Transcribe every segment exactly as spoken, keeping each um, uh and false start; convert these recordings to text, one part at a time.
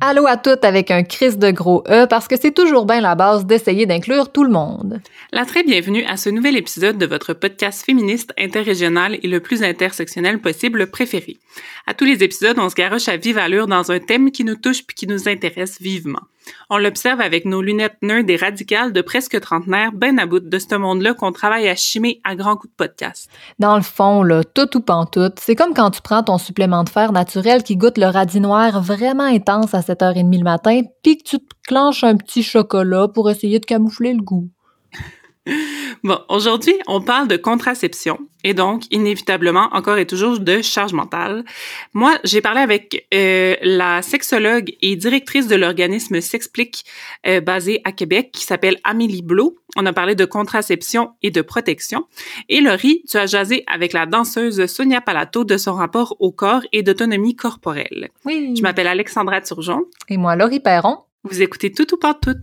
Allô à toutes avec un Christ de gros E parce que c'est toujours bien la base d'essayer d'inclure tout le monde. La très bienvenue à ce nouvel épisode de votre podcast féministe interrégional et le plus intersectionnel possible préféré. À tous les épisodes, on se garoche à vive allure dans un thème qui nous touche puis qui nous intéresse vivement. On l'observe avec nos lunettes nerds et radicales de presque trentenaires, ben à bout de ce monde-là qu'on travaille à chimer à grands coups de podcast. Dans le fond, là, tout ou pantoute, c'est comme quand tu prends ton supplément de fer naturel qui goûte le radis noir vraiment intense à sept heures trente le matin puis que tu te clenches un petit chocolat pour essayer de camoufler le goût. Bon, aujourd'hui, on parle de contraception et donc, inévitablement, encore et toujours de charge mentale. Moi, j'ai parlé avec euh, la sexologue et directrice de l'organisme S'explique euh, basé à Québec qui s'appelle Amélie Blot. On a parlé de contraception et de protection. Et Laurie, tu as jasé avec la danseuse Sonia Palato de son rapport au corps et d'autonomie corporelle. Oui. Je m'appelle Alexandra Turgeon. Et moi, Laurie Perron. Vous écoutez Tout ou pas tout.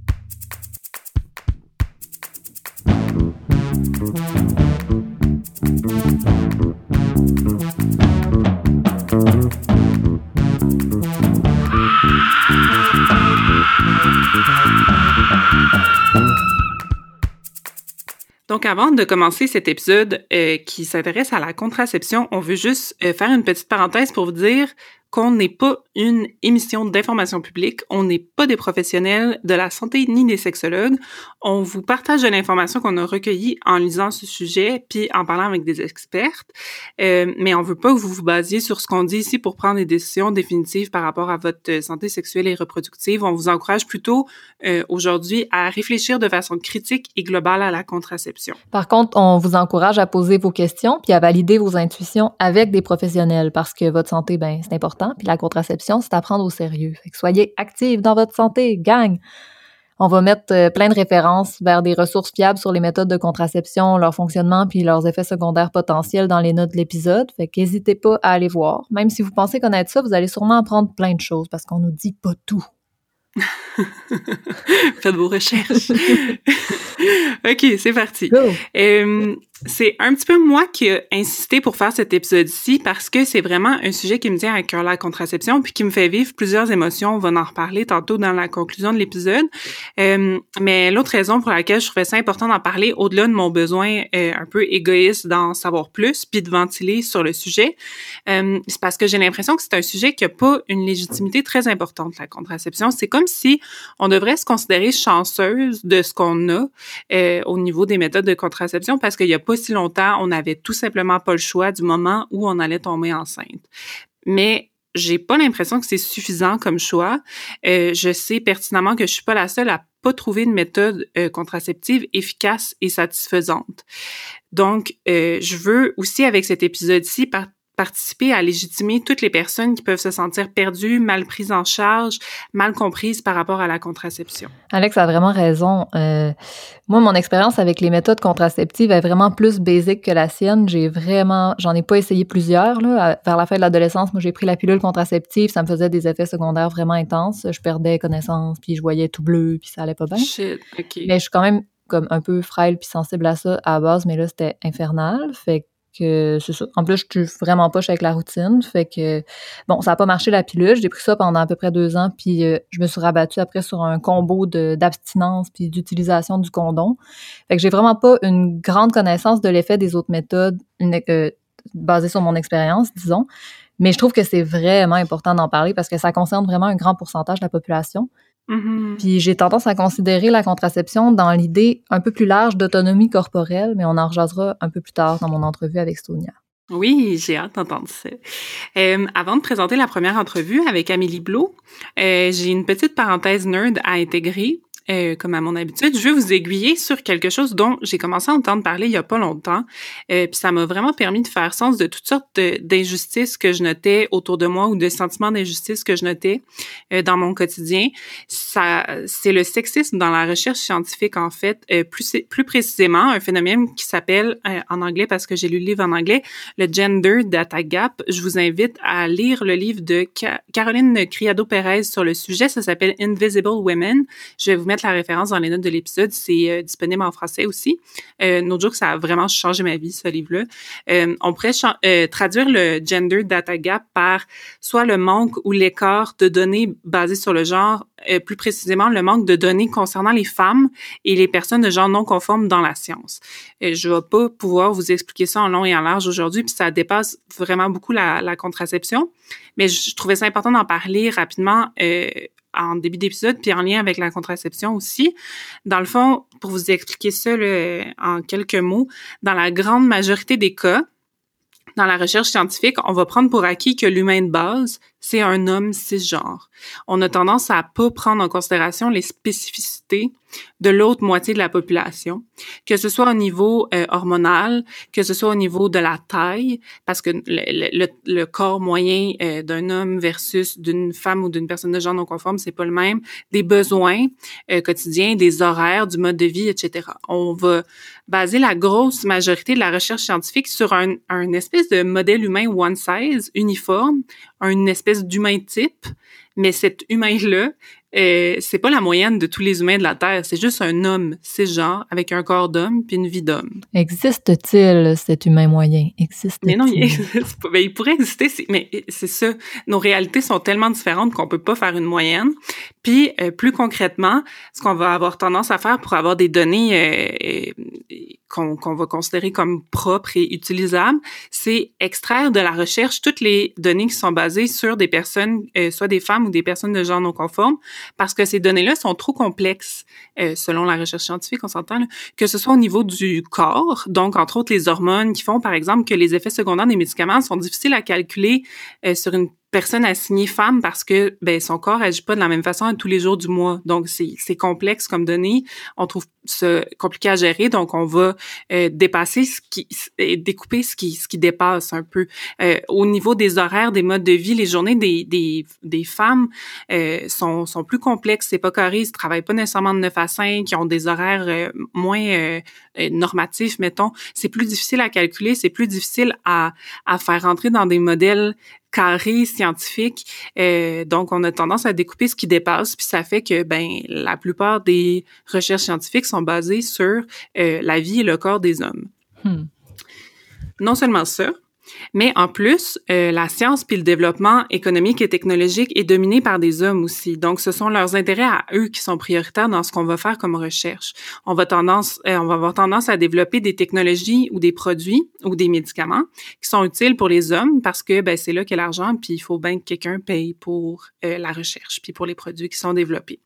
Donc, avant de commencer cet épisode euh, qui s'intéresse à la contraception, on veut juste euh, faire une petite parenthèse pour vous dire qu'on n'est pas une émission d'information publique, on n'est pas des professionnels de la santé ni des sexologues. On vous partage de l'information qu'on a recueillie en lisant ce sujet puis en parlant avec des expertes, euh, mais on veut pas que vous vous basiez sur ce qu'on dit ici pour prendre des décisions définitives par rapport à votre santé sexuelle et reproductive. On vous encourage plutôt euh, aujourd'hui à réfléchir de façon critique et globale à la contraception. Par contre, on vous encourage à poser vos questions puis à valider vos intuitions avec des professionnels parce que votre santé, ben c'est important. Puis la contraception, c'est à prendre au sérieux. Fait que soyez actifs dans votre santé, gang! On va mettre euh, plein de références vers des ressources fiables sur les méthodes de contraception, leur fonctionnement puis leurs effets secondaires potentiels dans les notes de l'épisode. Fait qu'hésitez pas à aller voir. Même si vous pensez connaître ça, vous allez sûrement apprendre plein de choses parce qu'on nous dit pas tout. Faites vos recherches. OK, c'est parti. Go. Euh, c'est un petit peu moi qui ai insisté pour faire cet épisode-ci parce que c'est vraiment un sujet qui me tient à cœur, la contraception, puis qui me fait vivre plusieurs émotions. On va en reparler tantôt dans la conclusion de l'épisode. Euh, mais l'autre raison pour laquelle je trouvais ça important d'en parler, au-delà de mon besoin euh, un peu égoïste d'en savoir plus, puis de ventiler sur le sujet, euh, c'est parce que j'ai l'impression que c'est un sujet qui n'a pas une légitimité très importante, la contraception. C'est comme si on devrait se considérer chanceuse de ce qu'on a euh, au niveau des méthodes de contraception parce qu'il y a pas si longtemps, on n'avait tout simplement pas le choix du moment où on allait tomber enceinte. Mais j'ai pas l'impression que c'est suffisant comme choix. Euh, je sais pertinemment que je suis pas la seule à pas trouver une méthode euh, contraceptive efficace et satisfaisante. Donc, euh, je veux aussi avec cet épisode-ci par- participer à légitimer toutes les personnes qui peuvent se sentir perdues, mal prises en charge, mal comprises par rapport à la contraception. Alex a vraiment raison. Euh, moi, mon expérience avec les méthodes contraceptives est vraiment plus basique que la sienne. J'ai vraiment, j'en ai pas essayé plusieurs, là. Vers la fin de l'adolescence, moi, j'ai pris la pilule contraceptive. Ça me faisait des effets secondaires vraiment intenses. Je perdais connaissance, puis je voyais tout bleu, puis ça allait pas bien. Shit, OK. Mais je suis quand même comme un peu frêle puis sensible à ça à la base, mais là, c'était infernal. Fait que que c'est ça. En plus, je suis vraiment poche avec la routine. Fait que, bon, ça n'a pas marché la pilule. J'ai pris ça pendant à peu près deux ans, puis euh, je me suis rabattue après sur un combo de, d'abstinence puis d'utilisation du condom. Fait que j'ai vraiment pas une grande connaissance de l'effet des autres méthodes une, euh, basées sur mon expérience, disons. Mais je trouve que c'est vraiment important d'en parler parce que ça concerne vraiment un grand pourcentage de la population. Mm-hmm. Puis j'ai tendance à considérer la contraception dans l'idée un peu plus large d'autonomie corporelle, mais on en rejasera un peu plus tard dans mon entrevue avec Sonia. Oui, j'ai hâte d'entendre ça. Euh, avant de présenter la première entrevue avec Amélie Blot, euh, j'ai une petite parenthèse nerd à intégrer. Euh, comme à mon habitude, je vais vous aiguiller sur quelque chose dont j'ai commencé à entendre parler il y a pas longtemps. Euh, puis ça m'a vraiment permis de faire sens de toutes sortes de, d'injustices que je notais autour de moi ou de sentiments d'injustice que je notais euh, dans mon quotidien. Ça, c'est le sexisme dans la recherche scientifique, en fait. Euh, plus, plus précisément, un phénomène qui s'appelle, euh, en anglais, parce que j'ai lu le livre en anglais, le Gender Data Gap. Je vous invite à lire le livre de Ca- Caroline Criado-Pérez sur le sujet. Ça s'appelle Invisible Women. Je vais vous mettre mettre la référence dans les notes de l'épisode. C'est euh, disponible en français aussi. Euh, no joke, ça a vraiment changé ma vie, ce livre-là. Euh, on pourrait cha- euh, traduire le Gender Data Gap par soit le manque ou l'écart de données basées sur le genre, euh, plus précisément le manque de données concernant les femmes et les personnes de genre non conforme dans la science. Euh, je vais pas pouvoir vous expliquer ça en long et en large aujourd'hui, puis ça dépasse vraiment beaucoup la, la contraception, mais je, je trouvais ça important d'en parler rapidement euh, en début d'épisode, puis en lien avec la contraception aussi. Dans le fond, pour vous expliquer ça là, en quelques mots, dans la grande majorité des cas, dans la recherche scientifique, on va prendre pour acquis que l'humain de base, c'est un homme cisgenre. On a tendance à pas prendre en considération les spécificités de l'autre moitié de la population, que ce soit au niveau euh, hormonal, que ce soit au niveau de la taille, parce que le, le, le corps moyen euh, d'un homme versus d'une femme ou d'une personne de genre non conforme, c'est pas le même, des besoins euh, quotidiens, des horaires, du mode de vie, et cetera. On va baser la grosse majorité de la recherche scientifique sur un, un espèce de modèle humain one size, uniforme, une espèce d'humain type, mais cet humain-là, euh, c'est pas la moyenne de tous les humains de la Terre, c'est juste un homme cisgenre avec un corps d'homme puis une vie d'homme. Existe-t-il, cet humain moyen? Existe-t-il? Mais non, il existe pas. Ben, il pourrait exister, c'est, mais c'est ça. Nos réalités sont tellement différentes qu'on peut pas faire une moyenne. Puis, euh, plus concrètement, ce qu'on va avoir tendance à faire pour avoir des données euh, euh, qu'on, qu'on va considérer comme propres et utilisables, c'est extraire de la recherche toutes les données qui sont basées sur des personnes, euh, soit des femmes ou des personnes de genre non conforme, parce que ces données-là sont trop complexes, euh, selon la recherche scientifique, on s'entend, là, que ce soit au niveau du corps, donc entre autres les hormones qui font, par exemple, que les effets secondaires des médicaments sont difficiles à calculer euh, sur une personne assignée femme parce que ben son corps agit pas de la même façon à tous les jours du mois. Donc c'est c'est complexe comme données, on trouve ça compliqué à gérer, donc on va euh, dépasser ce qui et découper ce qui ce qui dépasse un peu euh, au niveau des horaires, des modes de vie, les journées des des des femmes euh, sont sont plus complexes, c'est pas carré, ils travaillent pas nécessairement de neuf à cinq, ils ont des horaires euh, moins euh, normatifs mettons, c'est plus difficile à calculer, c'est plus difficile à à faire rentrer dans des modèles carré scientifique, euh, donc on a tendance à découper ce qui dépasse, puis ça fait que ben la plupart des recherches scientifiques sont basées sur euh, la vie et le corps des hommes. Hmm. Non seulement ça, mais en plus, euh, la science puis le développement économique et technologique est dominé par des hommes aussi. Donc, ce sont leurs intérêts à eux qui sont prioritaires dans ce qu'on va faire comme recherche. On va tendance, euh, on va avoir tendance à développer des technologies ou des produits ou des médicaments qui sont utiles pour les hommes parce que ben c'est là qu'il y a l'argent puis il faut bien que quelqu'un paye pour euh, la recherche puis pour les produits qui sont développés.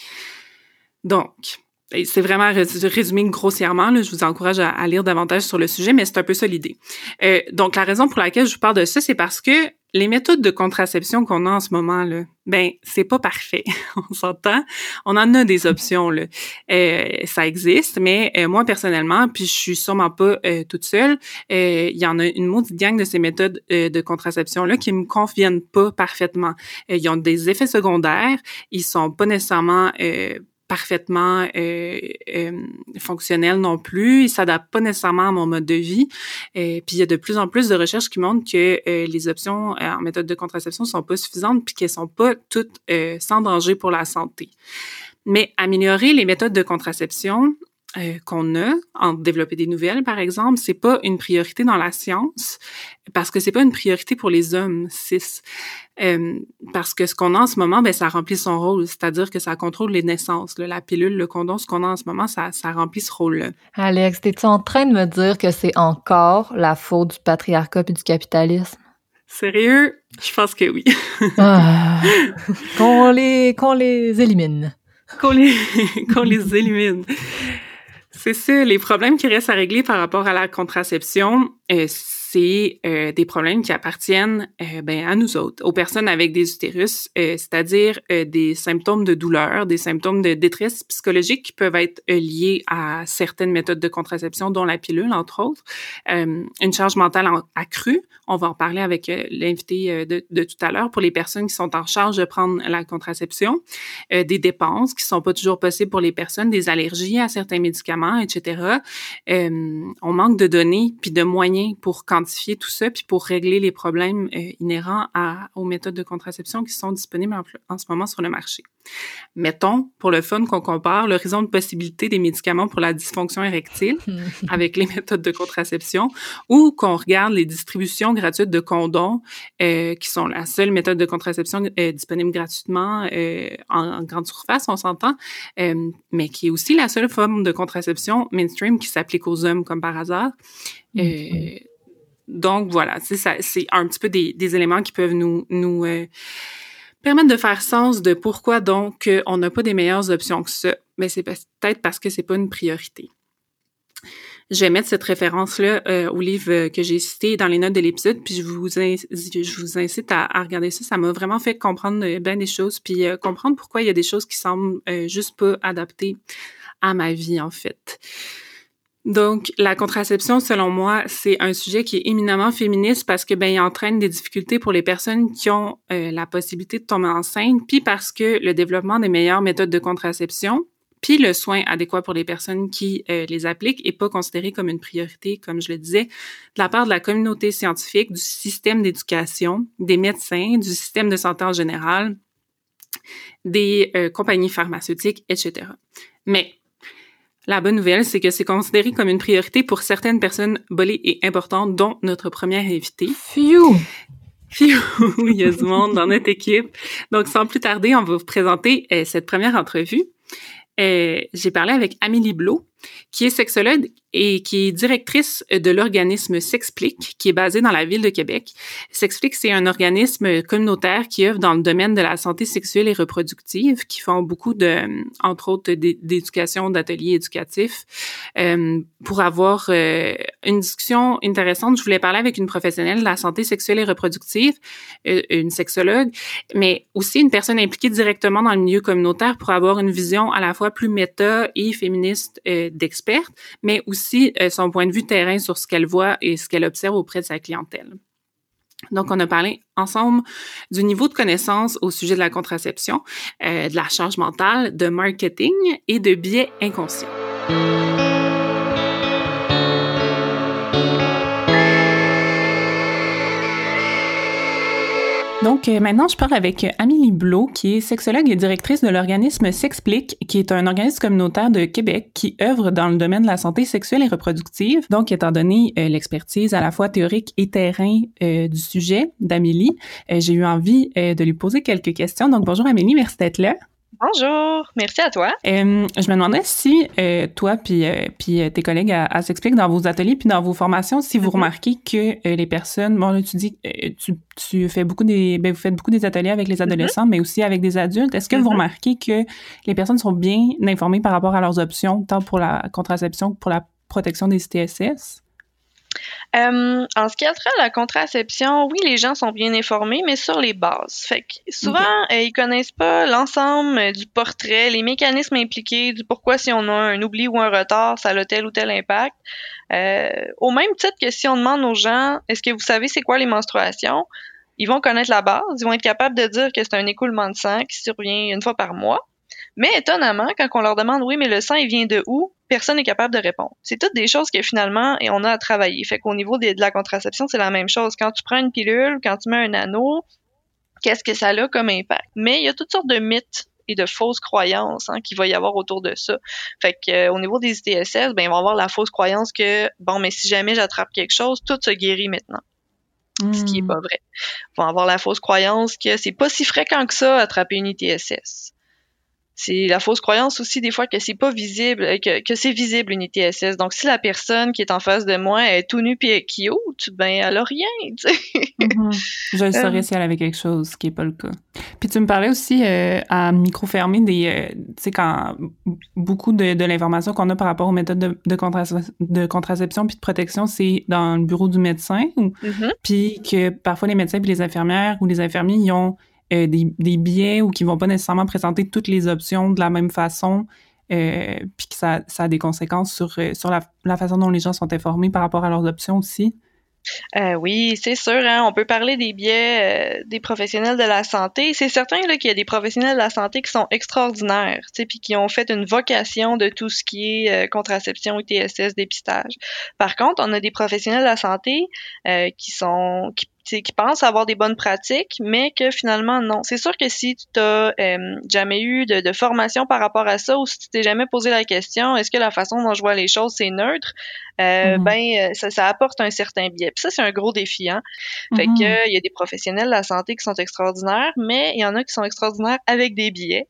Donc, c'est vraiment résumé grossièrement, là, je vous encourage à, à lire davantage sur le sujet, mais c'est un peu ça l'idée. Euh, donc, la raison pour laquelle je vous parle de ça, c'est parce que les méthodes de contraception qu'on a en ce moment, là, ben, c'est pas parfait, on s'entend. On en a des options, là. Euh, ça existe, mais euh, moi, personnellement, puis je suis sûrement pas euh, toute seule, euh, il y en a une maudite gang de ces méthodes euh, de contraception-là qui me conviennent pas parfaitement. Euh, ils ont des effets secondaires, ils sont pas nécessairement... Euh, parfaitement euh, euh, fonctionnel non plus. Il s'adapte pas nécessairement à mon mode de vie. Euh, puis il y a de plus en plus de recherches qui montrent que euh, les options euh, en méthode de contraception sont pas suffisantes puis qu'elles sont pas toutes euh, sans danger pour la santé. Mais améliorer les méthodes de contraception euh, qu'on a, en développer des nouvelles, par exemple, c'est pas une priorité dans la science parce que c'est pas une priorité pour les hommes cis. Euh, parce que ce qu'on a en ce moment, ben ça remplit son rôle, c'est-à-dire que ça contrôle les naissances. Là, la pilule, le condom, ce qu'on a en ce moment, ça, ça remplit ce rôle-là. Alex, t'es-tu en train de me dire que c'est encore la faute du patriarcat et du capitalisme? Sérieux? Je pense que oui. ah, qu'on les, qu'on les élimine. Qu'on les, qu'on les élimine. C'est ça, les problèmes qui restent à régler par rapport à la contraception, euh, c'est euh, des problèmes qui appartiennent euh, ben, à nous autres, aux personnes avec des utérus, euh, c'est-à-dire euh, des symptômes de douleur, des symptômes de détresse psychologique qui peuvent être euh, liés à certaines méthodes de contraception, dont la pilule, entre autres, euh, une charge mentale en, accrue. On va en parler avec euh, l'invité euh, de, de tout à l'heure pour les personnes qui sont en charge de prendre la contraception, euh, des dépenses qui sont pas toujours possibles pour les personnes, des allergies à certains médicaments, et cetera. Euh, on manque de données puis de moyens pour quantifier quantifier tout ça, puis pour régler les problèmes euh, inhérents à, aux méthodes de contraception qui sont disponibles en, en ce moment sur le marché. Mettons, pour le fun, qu'on compare l'horizon de possibilités des médicaments pour la dysfonction érectile avec les méthodes de contraception, ou qu'on regarde les distributions gratuites de condoms, euh, qui sont la seule méthode de contraception euh, disponible gratuitement euh, en, en grande surface, on s'entend, euh, mais qui est aussi la seule forme de contraception mainstream qui s'applique aux hommes, comme par hasard. Mm-hmm. Euh, donc, voilà, c'est ça, c'est un petit peu des, des éléments qui peuvent nous... nous euh, permettre de faire sens de pourquoi donc on n'a pas des meilleures options que ça. Mais c'est peut-être parce que c'est pas une priorité. Je vais mettre cette référence-là euh, au livre que j'ai cité dans les notes de l'épisode, puis je vous, in- je vous incite à, à regarder ça. Ça m'a vraiment fait comprendre bien des choses, puis euh, comprendre pourquoi il y a des choses qui semblent euh, juste pas adaptées à ma vie, en fait. Donc, la contraception, selon moi, c'est un sujet qui est éminemment féministe parce que ben il entraîne des difficultés pour les personnes qui ont euh, la possibilité de tomber enceinte, puis parce que le développement des meilleures méthodes de contraception, puis le soin adéquat pour les personnes qui euh, les appliquent est pas considéré comme une priorité, comme je le disais, de la part de la communauté scientifique, du système d'éducation, des médecins, du système de santé en général, des euh, compagnies pharmaceutiques, et cetera. Mais la bonne nouvelle, c'est que c'est considéré comme une priorité pour certaines personnes bolées et importantes, dont notre première invitée. Phew! Phew! Il y a du monde dans notre équipe. Donc, sans plus tarder, on va vous présenter euh, cette première entrevue. Euh, j'ai parlé avec Amélie Blot, qui est sexologue et qui est directrice de l'organisme Sexplique, qui est basé dans la ville de Québec. Sexplique, c'est un organisme communautaire qui œuvre dans le domaine de la santé sexuelle et reproductive, qui font beaucoup de, entre autres, d'éducation, d'ateliers éducatifs. Euh, pour avoir euh, une discussion intéressante, je voulais parler avec une professionnelle de la santé sexuelle et reproductive, euh, une sexologue, mais aussi une personne impliquée directement dans le milieu communautaire pour avoir une vision à la fois plus méta et féministe euh, d'experte, mais aussi euh, son point de vue terrain sur ce qu'elle voit et ce qu'elle observe auprès de sa clientèle. Donc, on a parlé ensemble du niveau de connaissance au sujet de la contraception, euh, de la charge mentale, de marketing et de biais inconscients. Donc, euh, maintenant, je parle avec Amélie Blot, qui est sexologue et directrice de l'organisme Sexplique, qui est un organisme communautaire de Québec qui œuvre dans le domaine de la santé sexuelle et reproductive. Donc, étant donné euh, l'expertise à la fois théorique et terrain euh, du sujet d'Amélie, euh, j'ai eu envie euh, de lui poser quelques questions. Donc, bonjour Amélie, merci d'être là. Bonjour, merci à toi. Euh, je me demandais si euh, toi puis euh, puis tes collègues à, à Sexplique dans vos ateliers puis dans vos formations, si vous mm-hmm. remarquez que euh, les personnes, bon là tu dis euh, tu tu fais beaucoup des ben vous faites beaucoup des ateliers avec les adolescents, mm-hmm. mais aussi avec des adultes. Est-ce que mm-hmm. vous remarquez que les personnes sont bien informées par rapport à leurs options, tant pour la contraception que pour la protection des I T S S? Euh, en ce qui a trait à la contraception, oui, les gens sont bien informés, mais sur les bases. Fait que souvent, okay. euh, ils connaissent pas l'ensemble euh, du portrait, les mécanismes impliqués, du pourquoi si on a un oubli ou un retard, ça a tel ou tel impact. Euh, au même titre que si on demande aux gens, est-ce que vous savez c'est quoi les menstruations? Ils vont connaître la base, ils vont être capables de dire que c'est un écoulement de sang qui survient une fois par mois. Mais étonnamment, quand on leur demande, oui, mais le sang, il vient de où? Personne n'est capable de répondre. C'est toutes des choses que finalement, et on a à travailler. Fait qu'au niveau de, de la contraception, c'est la même chose. Quand tu prends une pilule, quand tu mets un anneau, qu'est-ce que ça a comme impact? Mais il y a toutes sortes de mythes et de fausses croyances hein, qu'il va y avoir autour de ça. Fait que euh, au niveau des I T S S, ben, il va y avoir la fausse croyance que, bon, mais si jamais j'attrape quelque chose, tout se guérit maintenant. Mmh. Ce qui est pas vrai. Il va y avoir la fausse croyance que c'est pas si fréquent que ça, attraper une I T S S. C'est la fausse croyance aussi des fois que c'est pas visible, que, que c'est visible une I T S S. Donc, si la personne qui est en face de moi est tout nue puis cute, ben elle a rien, tu sais. Mm-hmm. Je le saurais si elle avait quelque chose, ce qui est pas le cas. Puis tu me parlais aussi euh, à micro fermé des, euh, tu sais, quand beaucoup de, de l'information qu'on a par rapport aux méthodes de, de, contrace- de contraception puis de protection, c'est dans le bureau du médecin, mm-hmm. puis que parfois les médecins puis les infirmières ou les infirmiers, ils ont Euh, des, des biais ou qui vont pas nécessairement présenter toutes les options de la même façon, euh, puis que ça, ça a des conséquences sur, euh, sur la, la façon dont les gens sont informés par rapport à leurs options aussi. Euh, oui, c'est sûr, hein, on peut parler des biais euh, des professionnels de la santé. C'est certain là, qu'il y a des professionnels de la santé qui sont extraordinaires, tu sais, puis qui ont fait une vocation de tout ce qui est euh, contraception, I T S S, dépistage. Par contre, on a des professionnels de la santé euh, qui sont qui T'sais, qui pensent avoir des bonnes pratiques, mais que finalement, non. C'est sûr que si tu n'as euh, jamais eu de, de formation par rapport à ça, ou si tu t'es jamais posé la question, est-ce que la façon dont je vois les choses, c'est neutre, euh, mm-hmm. ben ça, ça apporte un certain biais. Puis ça, c'est un gros défi, hein. Mm-hmm. Fait que il y a des professionnels de la santé qui sont extraordinaires, mais il y en a qui sont extraordinaires avec des biais.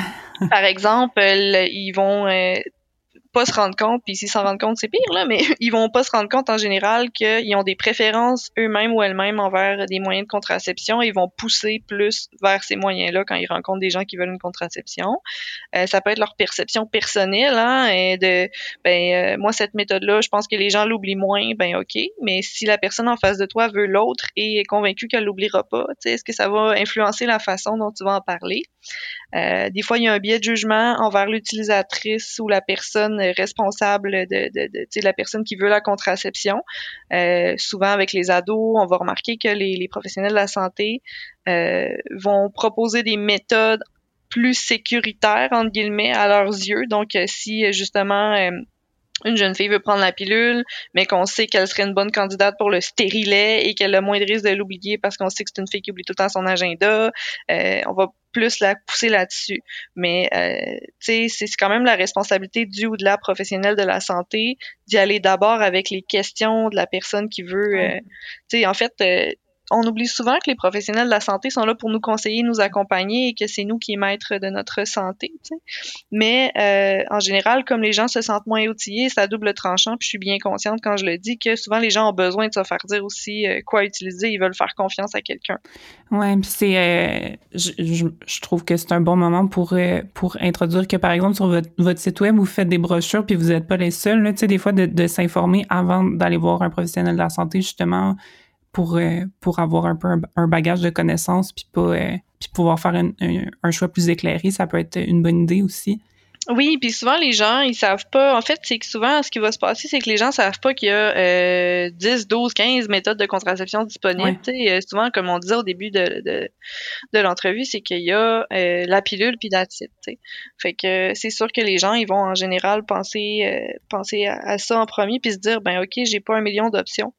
Par exemple, ils vont... Euh, pas se rendre compte, puis s'ils s'en rendent compte, c'est pire, là, mais ils vont pas se rendre compte en général qu'ils ont des préférences eux-mêmes ou elles-mêmes envers des moyens de contraception et ils vont pousser plus vers ces moyens-là quand ils rencontrent des gens qui veulent une contraception. Euh, ça peut être leur perception personnelle, hein, et de, ben, euh, moi, cette méthode-là, je pense que les gens l'oublient moins, ben, OK, mais si la personne en face de toi veut l'autre et est convaincue qu'elle l'oubliera pas, tu sais, est-ce que ça va influencer la façon dont tu vas en parler? Euh, des fois, il y a un biais de jugement envers l'utilisatrice ou la personne responsable de, de, de, de la personne qui veut la contraception. Euh, souvent, avec les ados, on va remarquer que les, les professionnels de la santé euh, vont proposer des méthodes plus sécuritaires, entre guillemets, à leurs yeux. Donc, si justement... Euh, une jeune fille veut prendre la pilule, mais qu'on sait qu'elle serait une bonne candidate pour le stérilet et qu'elle a moins de risque de l'oublier parce qu'on sait que c'est une fille qui oublie tout le temps son agenda, euh, on va plus la pousser là-dessus. Mais, euh, tu sais, c'est quand même la responsabilité du ou de la professionnelle de la santé d'y aller d'abord avec les questions de la personne qui veut... Euh, tu sais, en fait... Euh, on oublie souvent que les professionnels de la santé sont là pour nous conseiller, nous accompagner et que c'est nous qui sommes maîtres de notre santé. Tu sais. Mais euh, en général, comme les gens se sentent moins outillés, c'est à double tranchant. Puis je suis bien consciente quand je le dis que souvent les gens ont besoin de se faire dire aussi euh, quoi utiliser. Ils veulent faire confiance à quelqu'un. Ouais, puis c'est, euh, je, je, je trouve que c'est un bon moment pour euh, pour introduire que par exemple sur votre, votre site web vous faites des brochures puis vous n'êtes pas les seuls. Là, tu sais, des fois de, de s'informer avant d'aller voir un professionnel de la santé justement. Pour, euh, pour avoir un peu un, un bagage de connaissances puis pas euh, puis pouvoir faire un, un, un choix plus éclairé, ça peut être une bonne idée aussi. Oui, puis souvent les gens, ils savent pas. En fait, c'est que souvent, ce qui va se passer, c'est que les gens savent pas qu'il y a euh, dix, douze, quinze méthodes de contraception disponibles. Ouais. Souvent, comme on disait au début de, de, de l'entrevue, c'est qu'il y a euh, la pilule puis that's it, t'sais. Fait que c'est sûr que les gens, ils vont en général penser euh, penser à, à ça en premier puis se dire, ben ok, j'ai pas un million d'options.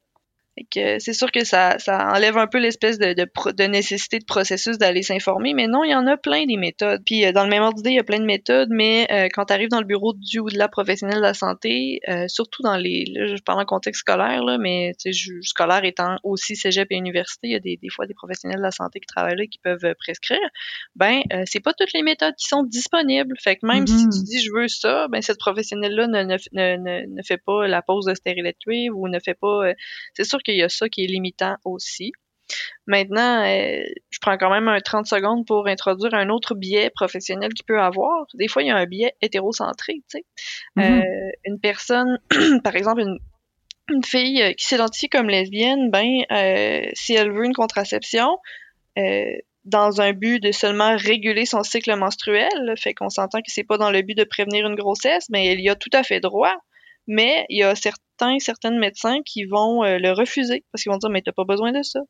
Que c'est sûr que ça, ça enlève un peu l'espèce de, de, de nécessité de processus d'aller s'informer, mais non, il y en a plein des méthodes. Puis euh, dans le même ordre d'idée, il y a plein de méthodes, mais euh, quand tu arrives dans le bureau du ou de la professionnelle de la santé, euh, surtout dans les, là, je parle en contexte scolaire, là, mais tu sais, scolaire étant aussi cégep et université, il y a des, des fois des professionnels de la santé qui travaillent là qui peuvent euh, prescrire. Ben, euh, c'est pas toutes les méthodes qui sont disponibles. Fait que même mm-hmm. si tu dis je veux ça, ben cette professionnelle-là ne, ne, ne, ne fait pas la pose de stérilet de cuivre ou ne fait pas. Euh, c'est sûr qu'il y a ça qui est limitant aussi. Maintenant, euh, je prends quand même un trente secondes pour introduire un autre biais professionnel qu'il peut avoir. Des fois, il y a un biais hétérocentré, tu sais. Mm-hmm. Euh, une personne, par exemple, une, une fille qui s'identifie comme lesbienne, ben, euh, si elle veut une contraception, euh, dans un but de seulement réguler son cycle menstruel, fait qu'on s'entend que c'est pas dans le but de prévenir une grossesse, mais elle y a tout à fait droit. Mais il y a certains, certaines médecins qui vont euh, le refuser parce qu'ils vont dire « mais t'as pas besoin de ça ».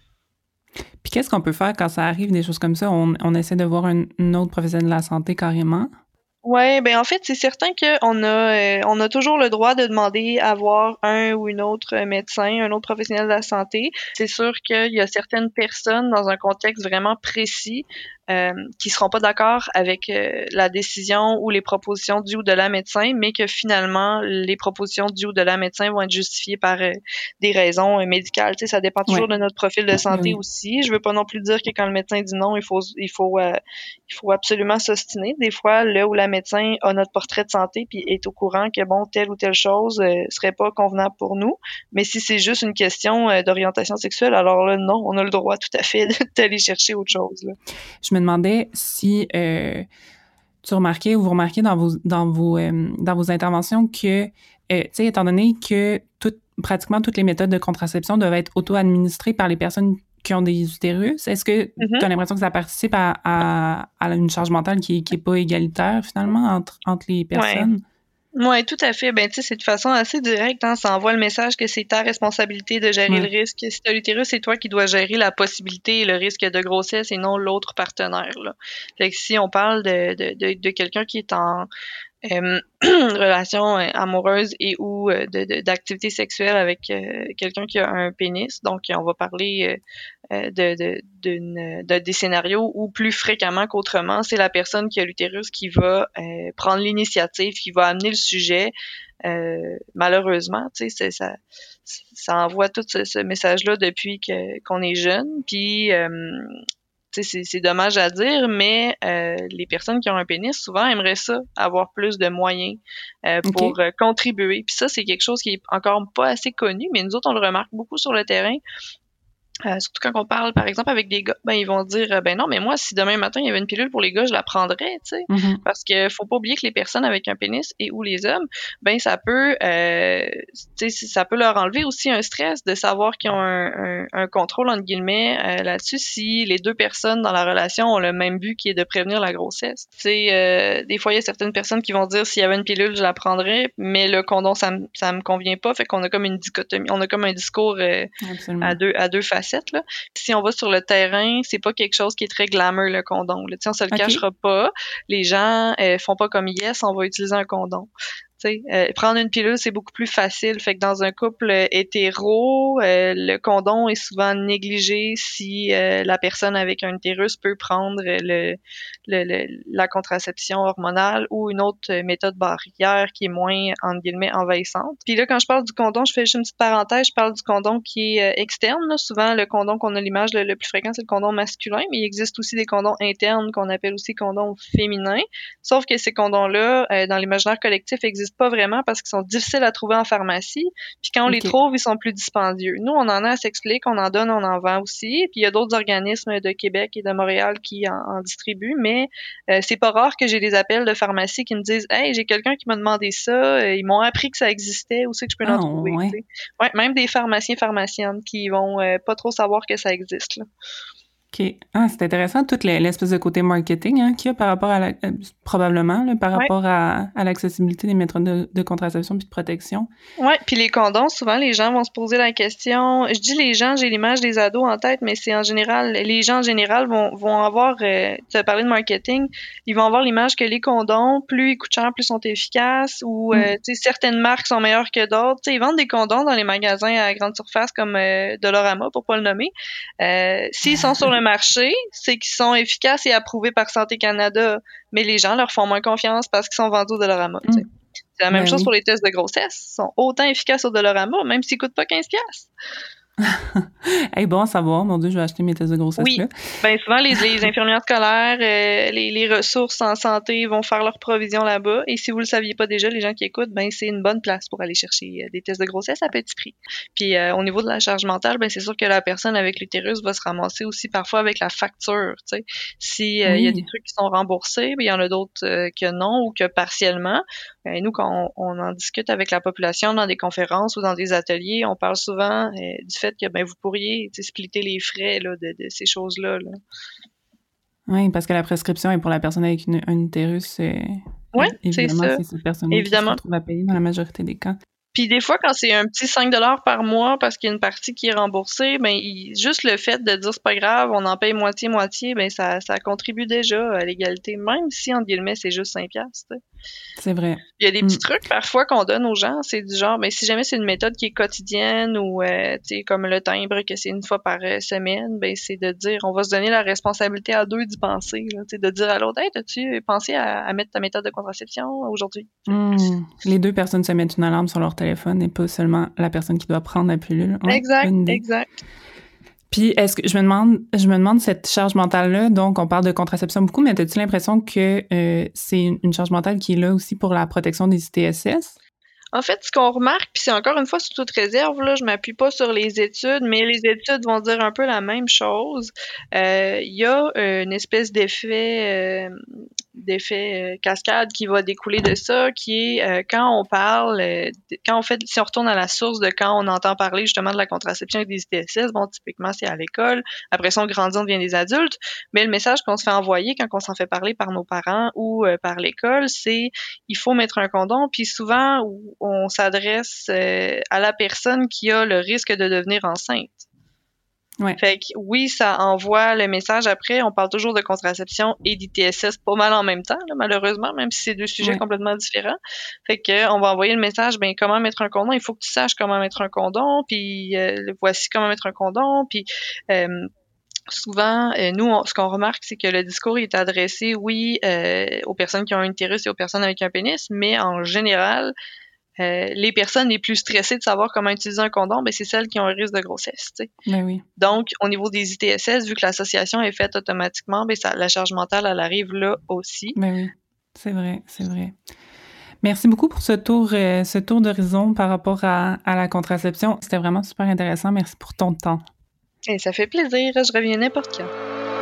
Puis qu'est-ce qu'on peut faire quand ça arrive, des choses comme ça? On, on essaie de voir une, une autre professionnelle de la santé carrément? Ouais, ben en fait, c'est certain qu'on a euh, on a toujours le droit de demander à voir un ou une autre médecin, un autre professionnel de la santé. C'est sûr qu'il y a certaines personnes dans un contexte vraiment précis euh, qui seront pas d'accord avec euh, la décision ou les propositions du ou de la médecin, mais que finalement les propositions du ou de la médecin vont être justifiées par euh, des raisons euh, médicales. Tu sais, ça dépend toujours ouais. de notre profil de santé oui. aussi. Je veux pas non plus dire que quand le médecin dit non, il faut il faut euh, il faut absolument s'ostiner. Des fois, là où la médecin a notre portrait de santé puis est au courant que bon telle ou telle chose euh, serait pas convenable pour nous, mais si c'est juste une question euh, d'orientation sexuelle, alors là non, on a le droit tout à fait d'aller chercher autre chose. Là. Je me demandais si euh, tu remarquais ou vous remarquez dans vos dans vos euh, dans vos interventions que euh, tu sais étant donné que tout, pratiquement toutes les méthodes de contraception doivent être auto-administrées par les personnes qui ont des utérus, est-ce que mm-hmm. tu as l'impression que ça participe à, à, à une charge mentale qui, qui est pas égalitaire finalement entre entre les personnes? Ouais. Oui, tout à fait. Ben, tu sais, c'est de façon assez directe, hein. Ça envoie le message que c'est ta responsabilité de gérer Ouais. le risque. Si t'as l'utérus, c'est toi qui dois gérer la possibilité et le risque de grossesse et non l'autre partenaire, là. Fait que si on parle de, de, de, de quelqu'un qui est en euh, relation euh, amoureuse et ou euh, de, de, d'activité sexuelle avec euh, quelqu'un qui a un pénis, donc on va parler euh, de, de, d'une, de des scénarios où plus fréquemment qu'autrement, c'est la personne qui a l'utérus qui va euh, prendre l'initiative, qui va amener le sujet. Euh, malheureusement, tu sais, c'est, ça, ça envoie tout ce, ce message-là depuis que, qu'on est jeune. Puis, euh, tu sais, c'est, c'est dommage à dire, mais euh, les personnes qui ont un pénis, souvent, aimeraient ça, avoir plus de moyens euh, OK. pour euh, contribuer. Puis ça, c'est quelque chose qui est encore pas assez connu, mais nous autres, on le remarque beaucoup sur le terrain. Euh, surtout quand on parle, par exemple, avec des gars, ben ils vont dire, euh, ben non, mais moi, si demain matin, il y avait une pilule pour les gars, je la prendrais, tu sais. Mm-hmm. Parce que faut pas oublier que les personnes avec un pénis et ou les hommes, ben ça peut, euh, tu sais, ça peut leur enlever aussi un stress de savoir qu'ils ont un, un, un contrôle, entre guillemets, euh, là-dessus si les deux personnes dans la relation ont le même but qui est de prévenir la grossesse. Tu sais, euh, des fois, il y a certaines personnes qui vont dire, s'il y avait une pilule, je la prendrais, mais le condom, ça me, ça me convient pas, fait qu'on a comme une dichotomie, on a comme un discours euh, à deux, à deux facettes. Là. Si on va sur le terrain, c'est pas quelque chose qui est très glamour, le condom. Là. On se le OK. cachera pas. Les gens euh, font pas comme yes, on va utiliser un condom. Euh, prendre une pilule, c'est beaucoup plus facile. Fait que dans un couple euh, hétéro, euh, le condom est souvent négligé si euh, la personne avec un utérus peut prendre le, le, le, la contraception hormonale ou une autre méthode barrière qui est moins, entre guillemets, envahissante. Puis là, quand je parle du condom, je fais juste une petite parenthèse, je parle du condom qui est euh, externe. Là. Souvent, le condom qu'on a l'image le, le plus fréquent, c'est le condom masculin, mais il existe aussi des condoms internes qu'on appelle aussi condoms féminins. Sauf que ces condoms-là, euh, dans l'imaginaire collectif, existent pas vraiment parce qu'ils sont difficiles à trouver en pharmacie. Puis quand on okay. les trouve, ils sont plus dispendieux. Nous, on en a à s'expliquer, on en donne, on en vend aussi. Puis il y a d'autres organismes de Québec et de Montréal qui en, en distribuent, mais euh, c'est pas rare que j'ai des appels de pharmacie qui me disent « Hey, j'ai quelqu'un qui m'a demandé ça, ils m'ont appris que ça existait, où c'est que je peux oh, l'en trouver? » ouais. Ouais, même des pharmaciens, pharmaciennes qui vont euh, pas trop savoir que ça existe. Là. OK. Ah, c'est intéressant, toute l'espèce de côté marketing hein, qu'il y a par rapport à la, euh, probablement, là, par ouais. rapport à, à l'accessibilité des méthodes de, de contraception puis de protection. Oui, puis les condoms, souvent, les gens vont se poser la question, je dis les gens, j'ai l'image des ados en tête, mais c'est en général, les gens en général vont, vont avoir, euh, tu as parlé de marketing, ils vont avoir l'image que les condoms, plus ils coûtent cher, plus ils sont efficaces, ou, mm. euh, tu sais, certaines marques sont meilleures que d'autres. Tu sais, ils vendent des condoms dans les magasins à grande surface comme euh, Dollarama, pour pas le nommer. Euh, s'ils sont sur le marché, c'est qu'ils sont efficaces et approuvés par Santé Canada, mais les gens leur font moins confiance parce qu'ils sont vendus au Dollarama. Mm. C'est la même ben chose oui. pour les tests de grossesse. Ils sont autant efficaces au Dollarama, même s'ils ne coûtent pas quinze dollars. Hey, bon à savoir, mon Dieu, je vais acheter mes tests de grossesse oui. là. Ben souvent les, les infirmières scolaires, euh, les, les ressources en santé vont faire leur provision là-bas. Et si vous le saviez pas déjà, les gens qui écoutent, ben c'est une bonne place pour aller chercher des tests de grossesse à petit prix. Puis euh, au niveau de la charge mentale, ben c'est sûr que la personne avec l'utérus va se ramasser aussi parfois avec la facture. Tu sais, si euh, il oui. y a des trucs qui sont remboursés, ben il y en a d'autres euh, que non ou que partiellement. Ben, nous, quand on, on en discute avec la population dans des conférences ou dans des ateliers, on parle souvent euh, du fait que ben vous pourriez splitter les frais là, de, de ces choses-là. Là. Oui, parce que la prescription est pour la personne avec une, un utérus. Oui, c'est ça. C'est cette personne évidemment. qui se retrouve à payer dans la majorité des cas. Puis des fois, quand c'est un petit cinq dollars par mois parce qu'il y a une partie qui est remboursée, ben il, juste le fait de dire c'est pas grave, on en paye moitié-moitié, ben ça, ça contribue déjà à l'égalité, même si, entre guillemets, c'est juste cinq piastres. C'est vrai. Il y a des petits mm. trucs parfois qu'on donne aux gens, c'est du genre, ben si jamais c'est une méthode qui est quotidienne ou euh, tu sais comme le timbre que c'est une fois par euh, semaine, ben c'est de dire, on va se donner la responsabilité à deux d'y penser, tu sais, de dire à l'autre, hey, as-tu pensé à, à mettre ta méthode de contraception aujourd'hui? Mm. Les deux personnes se mettent une alarme sur leur téléphone et pas seulement la personne qui doit prendre la pilule. Ouais, exact, exact. Puis, est-ce que je me demande, je me demande cette charge mentale-là, donc on parle de contraception beaucoup, mais as-tu l'impression que euh, c'est une charge mentale qui est là aussi pour la protection des I T S S? En fait, ce qu'on remarque, puis c'est encore une fois sous toute réserve, là, je m'appuie pas sur les études, mais les études vont dire un peu la même chose. Euh, Il y a euh, une espèce d'effet euh, d'effet euh, cascade qui va découler de ça, qui est euh, quand on parle, euh, quand on fait, si on retourne à la source de quand on entend parler justement de la contraception et des I T S S, bon, typiquement c'est à l'école, après ça on grandit, on devient des adultes, mais le message qu'on se fait envoyer quand on s'en fait parler par nos parents ou euh, par l'école, c'est il faut mettre un condom, puis souvent on s'adresse euh, à la personne qui a le risque de devenir enceinte. Ouais. Fait que oui, ça envoie le message après. On parle toujours de contraception et d'I T S S pas mal en même temps, là, malheureusement, même si c'est deux sujets Ouais. complètement différents. Fait que on va envoyer le message, ben comment mettre un condom. Il faut que tu saches comment mettre un condom, puis euh, voici comment mettre un condom, puis euh, souvent, euh, nous, on, ce qu'on remarque, c'est que le discours est adressé, oui, euh, aux personnes qui ont un utérus et aux personnes avec un pénis, mais en général, euh, les personnes les plus stressées de savoir comment utiliser un condom, ben, c'est celles qui ont un risque de grossesse. T'sais. Ben oui. Donc, au niveau des I T S S, vu que l'association est faite automatiquement, ben, ça, la charge mentale, elle arrive là aussi. Ben oui, c'est vrai, c'est vrai. Merci beaucoup pour ce tour, euh, ce tour d'horizon par rapport à, à la contraception. C'était vraiment super intéressant. Merci pour ton temps. Et ça fait plaisir. Je reviens n'importe quand.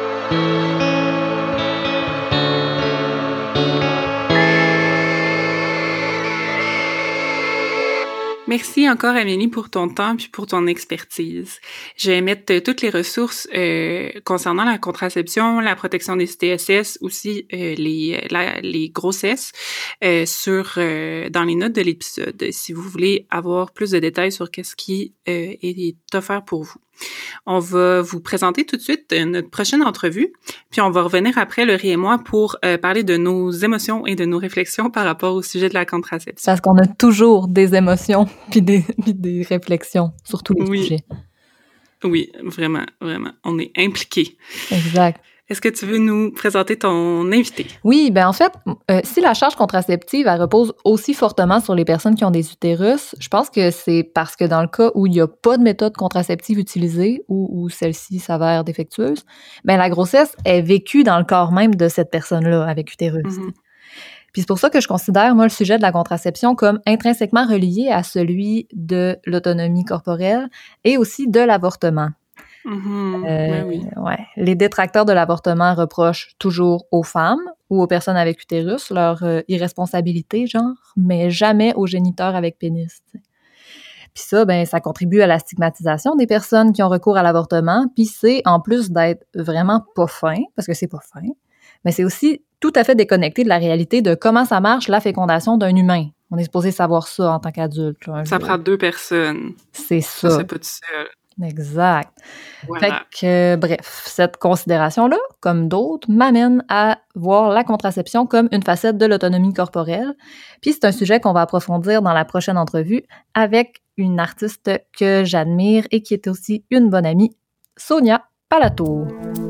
Merci encore, Amélie, pour ton temps puis pour ton expertise. Je vais mettre euh, toutes les ressources euh, concernant la contraception, la protection des I T S S, aussi euh, les, la, les grossesses euh, sur euh, dans les notes de l'épisode, si vous voulez avoir plus de détails sur qu'est-ce qui euh, est offert pour vous. On va vous présenter tout de suite notre prochaine entrevue, puis on va revenir après, Laurie et moi, pour euh, parler de nos émotions et de nos réflexions par rapport au sujet de la contraception. Parce qu'on a toujours des émotions puis des, puis des réflexions sur tous les oui. sujets. Oui, vraiment, vraiment. On est impliqués. Exact. Est-ce que tu veux nous présenter ton invité? Oui, ben en fait, euh, si la charge contraceptive, elle repose aussi fortement sur les personnes qui ont des utérus, je pense que c'est parce que dans le cas où il n'y a pas de méthode contraceptive utilisée ou où celle-ci s'avère défectueuse, ben la grossesse est vécue dans le corps même de cette personne-là avec utérus. Mm-hmm. Puis c'est pour ça que je considère, moi, le sujet de la contraception comme intrinsèquement relié à celui de l'autonomie corporelle et aussi de l'avortement. Mmh, euh, ben oui. ouais. Les détracteurs de l'avortement reprochent toujours aux femmes ou aux personnes avec utérus leur euh, irresponsabilité, genre, mais jamais aux géniteurs avec pénis. T'sais. Puis ça, ben, ça contribue à la stigmatisation des personnes qui ont recours à l'avortement. Puis c'est, en plus d'être vraiment pas fin, parce que c'est pas fin, mais c'est aussi tout à fait déconnecté de la réalité de comment ça marche la fécondation d'un humain. On est supposé savoir ça en tant qu'adulte. Là, ça prend deux personnes. C'est ça. Ça, c'est pas tout seul. Exact. Voilà. Fait que, euh, bref, cette considération-là, comme d'autres, m'amène à voir la contraception comme une facette de l'autonomie corporelle. Puis c'est un sujet qu'on va approfondir dans la prochaine entrevue avec une artiste que j'admire et qui est aussi une bonne amie, Sonia Palato.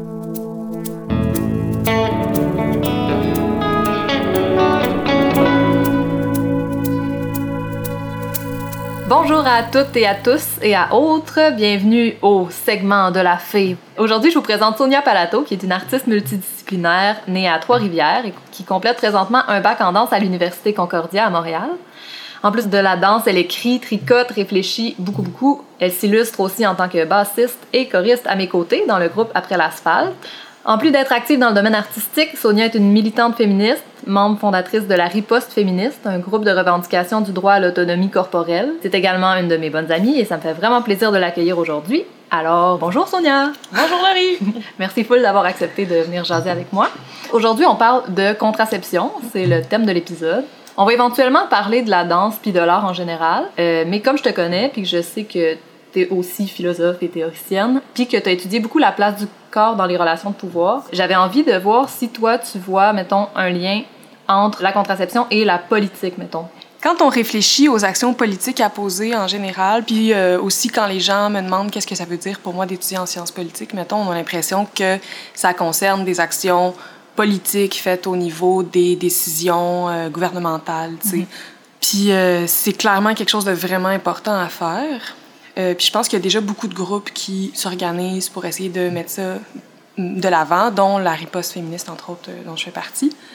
Bonjour à toutes et à tous et à autres, bienvenue au segment de la fée. Aujourd'hui, je vous présente Sonia Palato, qui est une artiste multidisciplinaire née à Trois-Rivières et qui complète présentement un bac en danse à l'Université Concordia à Montréal. En plus de la danse, elle écrit, tricote, réfléchit beaucoup, beaucoup. Elle s'illustre aussi en tant que bassiste et choriste à mes côtés dans le groupe Après l'asphalte. En plus d'être active dans le domaine artistique, Sonia est une militante féministe, membre fondatrice de la Riposte féministe, un groupe de revendication du droit à l'autonomie corporelle. C'est également une de mes bonnes amies et ça me fait vraiment plaisir de l'accueillir aujourd'hui. Alors, bonjour Sonia! Bonjour Laurie! Merci full d'avoir accepté de venir jaser avec moi. Aujourd'hui, on parle de contraception, c'est le thème de l'épisode. On va éventuellement parler de la danse puis de l'art en général, euh, mais comme je te connais puis que je sais que t'es aussi philosophe et théoricienne, puis que t'as étudié beaucoup la place du corps dans les relations de pouvoir, j'avais envie de voir si toi, tu vois, mettons, un lien entre la contraception et la politique, mettons. Quand on réfléchit aux actions politiques à poser en général, puis euh, aussi quand les gens me demandent qu'est-ce que ça veut dire pour moi d'étudier en sciences politiques, mettons, on a l'impression que ça concerne des actions politiques faites au niveau des décisions euh, gouvernementales, tu sais. Mm-hmm. Puis euh, c'est clairement quelque chose de vraiment important à faire. Euh, puis je pense qu'il y a déjà beaucoup de groupes qui s'organisent pour essayer de mettre ça de l'avant, dont la Riposte féministe, entre autres, dont je fais partie.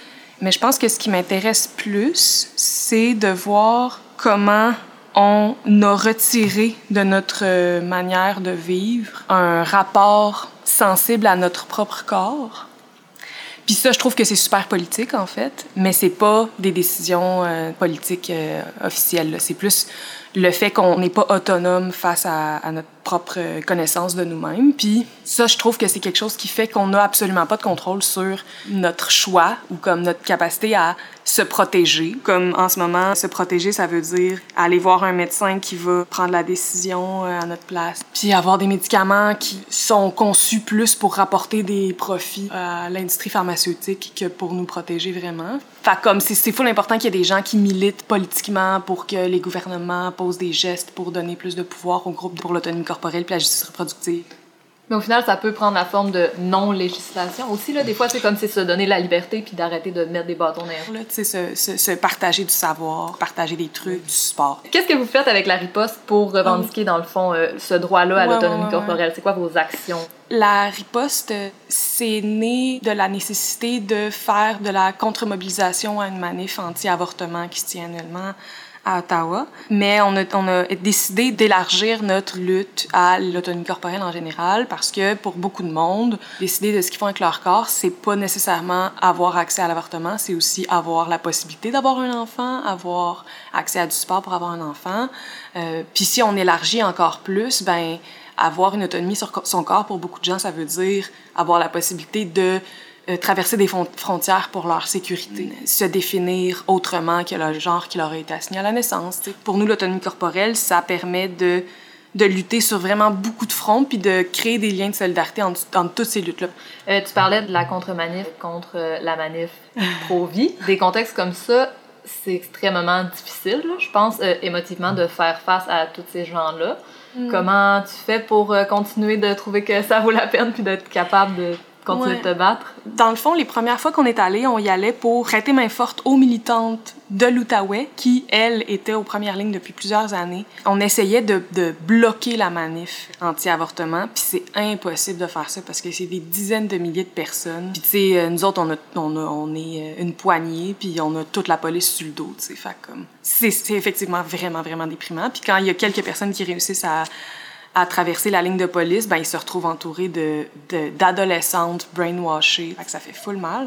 Mais je pense que ce qui m'intéresse plus, c'est de voir comment on a retiré de notre manière de vivre un rapport sensible à notre propre corps. Puis ça, je trouve que c'est super politique, en fait, mais c'est pas des décisions euh, politiques euh, officielles, là. C'est plus le fait qu'on n'est pas autonome face à, à notre propre connaissance de nous-mêmes. Puis ça, je trouve que c'est quelque chose qui fait qu'on n'a absolument pas de contrôle sur notre choix ou comme notre capacité à se protéger. Comme en ce moment, se protéger, ça veut dire aller voir un médecin qui va prendre la décision à notre place. Puis avoir des médicaments qui sont conçus plus pour rapporter des profits à l'industrie pharmaceutique que pour nous protéger vraiment. Fait comme c'est, c'est full important qu'il y ait des gens qui militent politiquement pour que les gouvernements posent des gestes pour donner plus de pouvoir aux groupes pour l'autonomie corporelle puis la justice reproductive. Mais au final, ça peut prendre la forme de non-législation aussi. Là. Des fois, c'est comme si se donner la liberté puis d'arrêter de mettre des bâtons dans les roues. Tu sais, se, se, se partager du savoir, partager des trucs, du support. Qu'est-ce que vous faites avec la riposte pour revendiquer, dans le fond, euh, ce droit-là à ouais, l'autonomie ouais, corporelle? ouais. C'est quoi vos actions? La riposte, c'est né de la nécessité de faire de la contre-mobilisation à une manif anti-avortement qui se tient annuellement à Ottawa. Mais on a, on a décidé d'élargir notre lutte à l'autonomie corporelle en général parce que pour beaucoup de monde, décider de ce qu'ils font avec leur corps, c'est pas nécessairement avoir accès à l'avortement, c'est aussi avoir la possibilité d'avoir un enfant, avoir accès à du sport pour avoir un enfant. Euh, Puis si on élargit encore plus, ben avoir une autonomie sur son corps, pour beaucoup de gens, ça veut dire avoir la possibilité de euh, traverser des frontières pour leur sécurité, mmh. se définir autrement que le genre qui leur a été assigné à la naissance. T'sais. Pour nous, l'autonomie corporelle, ça permet de, de lutter sur vraiment beaucoup de fronts puis de créer des liens de solidarité entre, entre toutes ces luttes-là. Euh, tu parlais de la contre-manif contre euh, la manif pro-vie. Des contextes comme ça, c'est extrêmement difficile, là, je pense, euh, émotivement, de faire face à tous ces gens-là. Mm. Comment tu fais pour euh, continuer de trouver que ça vaut la peine puis d'être capable de continuer ouais. de te battre? Dans le fond, les premières fois qu'on est allé, on y allait pour prêter main forte aux militantes de l'Outaouais qui, elles, étaient aux premières lignes depuis plusieurs années. On essayait de, de bloquer la manif anti-avortement, puis c'est impossible de faire ça parce que c'est des dizaines de milliers de personnes. Puis tu sais, nous autres, on, a, on, a, on est une poignée, puis on a toute la police sur le dos, tu sais, fait comme... C'est, c'est effectivement vraiment, vraiment déprimant. Puis quand il y a quelques personnes qui réussissent à... à traverser la ligne de police, ben ils se retrouvent entourés de, de, d'adolescentes brainwashées. Fait que ça fait full mal.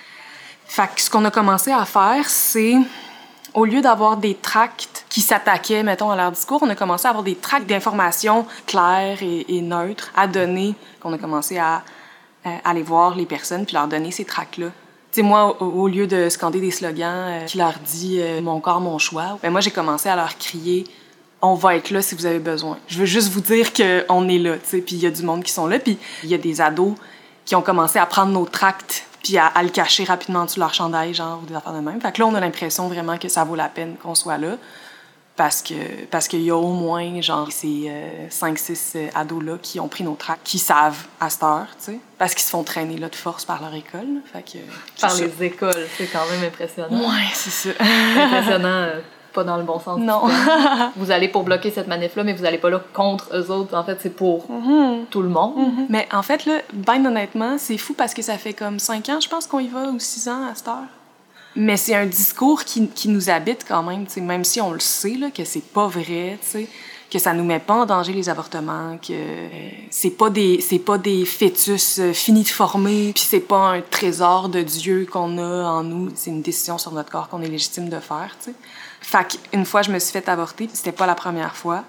Fait que ce qu'on a commencé à faire, c'est, au lieu d'avoir des tracts qui s'attaquaient, mettons, à leur discours, on a commencé à avoir des tracts d'informations claires et, et neutres à donner, qu'on a commencé à, à aller voir les personnes puis leur donner ces tracts-là. Tu sais, moi, au, au lieu de scander des slogans euh, qui leur dit euh, « mon corps, mon choix », ben moi, j'ai commencé à leur crier « on va être là si vous avez besoin ». Je veux juste vous dire qu'on est là, tu sais, puis il y a du monde qui sont là, puis il y a des ados qui ont commencé à prendre nos tracts puis à, à le cacher rapidement dessous leur chandail, genre, ou des affaires de même. Fait que là, on a l'impression vraiment que ça vaut la peine qu'on soit là, parce que parce qu'il y a au moins, genre, ces euh, cinq six euh, ados-là qui ont pris nos tracts, qui savent à cette heure, tu sais, parce qu'ils se font traîner là de force par leur école. Fait que, par les ça. Écoles, c'est quand même impressionnant. Ouais, c'est ça. Impressionnant, euh, pas dans le bon sens. Non. Vous allez pour bloquer cette manif-là, mais vous allez pas là contre eux autres. En fait, c'est pour mm-hmm. tout le monde. Mm-hmm. Mais en fait, là, ben honnêtement, c'est fou parce que ça fait comme cinq ans, je pense qu'on y va, ou six ans à cette heure. Mais c'est un discours qui, qui nous habite quand même, t'sais, même si on le sait, là, que c'est pas vrai, t'sais, que ça nous met pas en danger les avortements, que euh, c'est pas des c'est pas des fœtus euh, finis de former, puis c'est pas un trésor de Dieu qu'on a en nous, c'est une décision sur notre corps qu'on est légitime de faire, t'sais. Fait qu'une fois, je me suis fait avorter, puis c'était pas la première fois.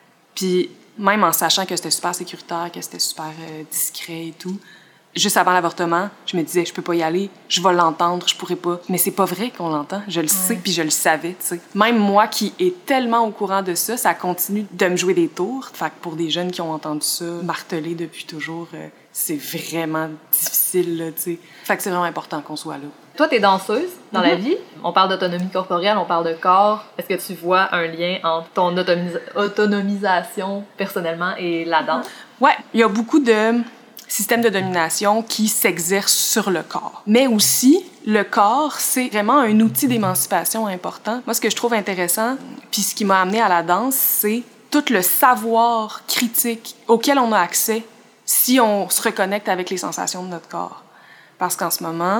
Puis même en sachant que c'était super sécuritaire, que c'était super euh, discret et tout, juste avant l'avortement, je me disais, je peux pas y aller, je vais l'entendre, je pourrais pas. Mais c'est pas vrai qu'on l'entend, je le sais, puis je le savais, tu sais. Même moi qui est tellement au courant de ça, ça continue de me jouer des tours. Fait que pour des jeunes qui ont entendu ça marteler depuis toujours, euh, c'est vraiment difficile, là, tu sais. Fait que c'est vraiment important qu'on soit là. Toi, t'es danseuse dans mm-hmm. la vie. On parle d'autonomie corporelle, on parle de corps. Est-ce que tu vois un lien entre ton autonomisa- autonomisation personnellement et la danse? Ouais, il y a beaucoup de systèmes de domination qui s'exercent sur le corps. Mais aussi, le corps, c'est vraiment un outil d'émancipation important. Moi, ce que je trouve intéressant, puis ce qui m'a amené à la danse, c'est tout le savoir critique auquel on a accès si on se reconnecte avec les sensations de notre corps. Parce qu'en ce moment,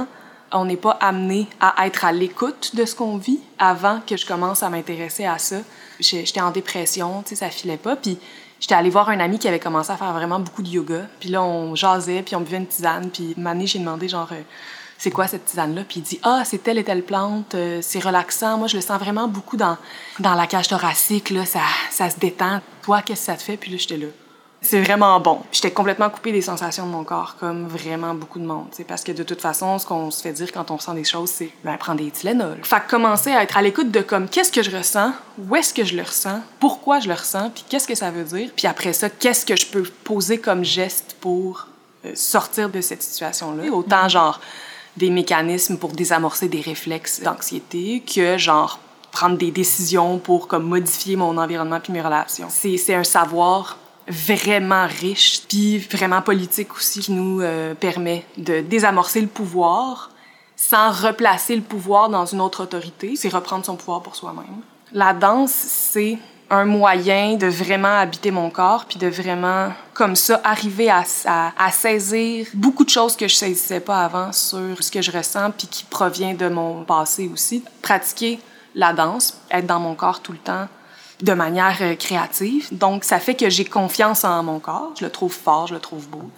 on n'est pas amené à être à l'écoute de ce qu'on vit avant que je commence à m'intéresser à ça. J'étais en dépression, tu sais, ça filait pas, puis j'étais allée voir un ami qui avait commencé à faire vraiment beaucoup de yoga, puis là, on jasait, puis on buvait une tisane, puis une année, j'ai demandé, genre, euh, c'est quoi cette tisane-là? Puis il dit, ah, c'est telle et telle plante, euh, c'est relaxant, moi, je le sens vraiment beaucoup dans, dans la cage thoracique, là, ça, ça se détend. Toi, qu'est-ce que ça te fait? Puis là, j'étais là. C'est vraiment bon. J'étais complètement coupée des sensations de mon corps, comme vraiment beaucoup de monde. T'sais, parce que de toute façon, ce qu'on se fait dire quand on ressent des choses, c'est ben, prendre des Tylenol. Fait que commencer à être à l'écoute de comme qu'est-ce que je ressens, où est-ce que je le ressens, pourquoi je le ressens, puis qu'est-ce que ça veut dire. Puis après ça, qu'est-ce que je peux poser comme geste pour euh, sortir de cette situation-là. Autant genre des mécanismes pour désamorcer des réflexes d'anxiété que genre prendre des décisions pour comme modifier mon environnement puis mes relations. C'est, c'est un savoir vraiment riche, puis vraiment politique aussi, qui nous euh, permet de désamorcer le pouvoir sans replacer le pouvoir dans une autre autorité. C'est reprendre son pouvoir pour soi-même. La danse, c'est un moyen de vraiment habiter mon corps, puis de vraiment, comme ça, arriver à, à, à saisir beaucoup de choses que je saisissais pas avant sur ce que je ressens, puis qui provient de mon passé aussi. Pratiquer la danse, être dans mon corps tout le temps, de manière euh, créative. Donc, ça fait que j'ai confiance en mon corps. Je le trouve fort, je le trouve beau.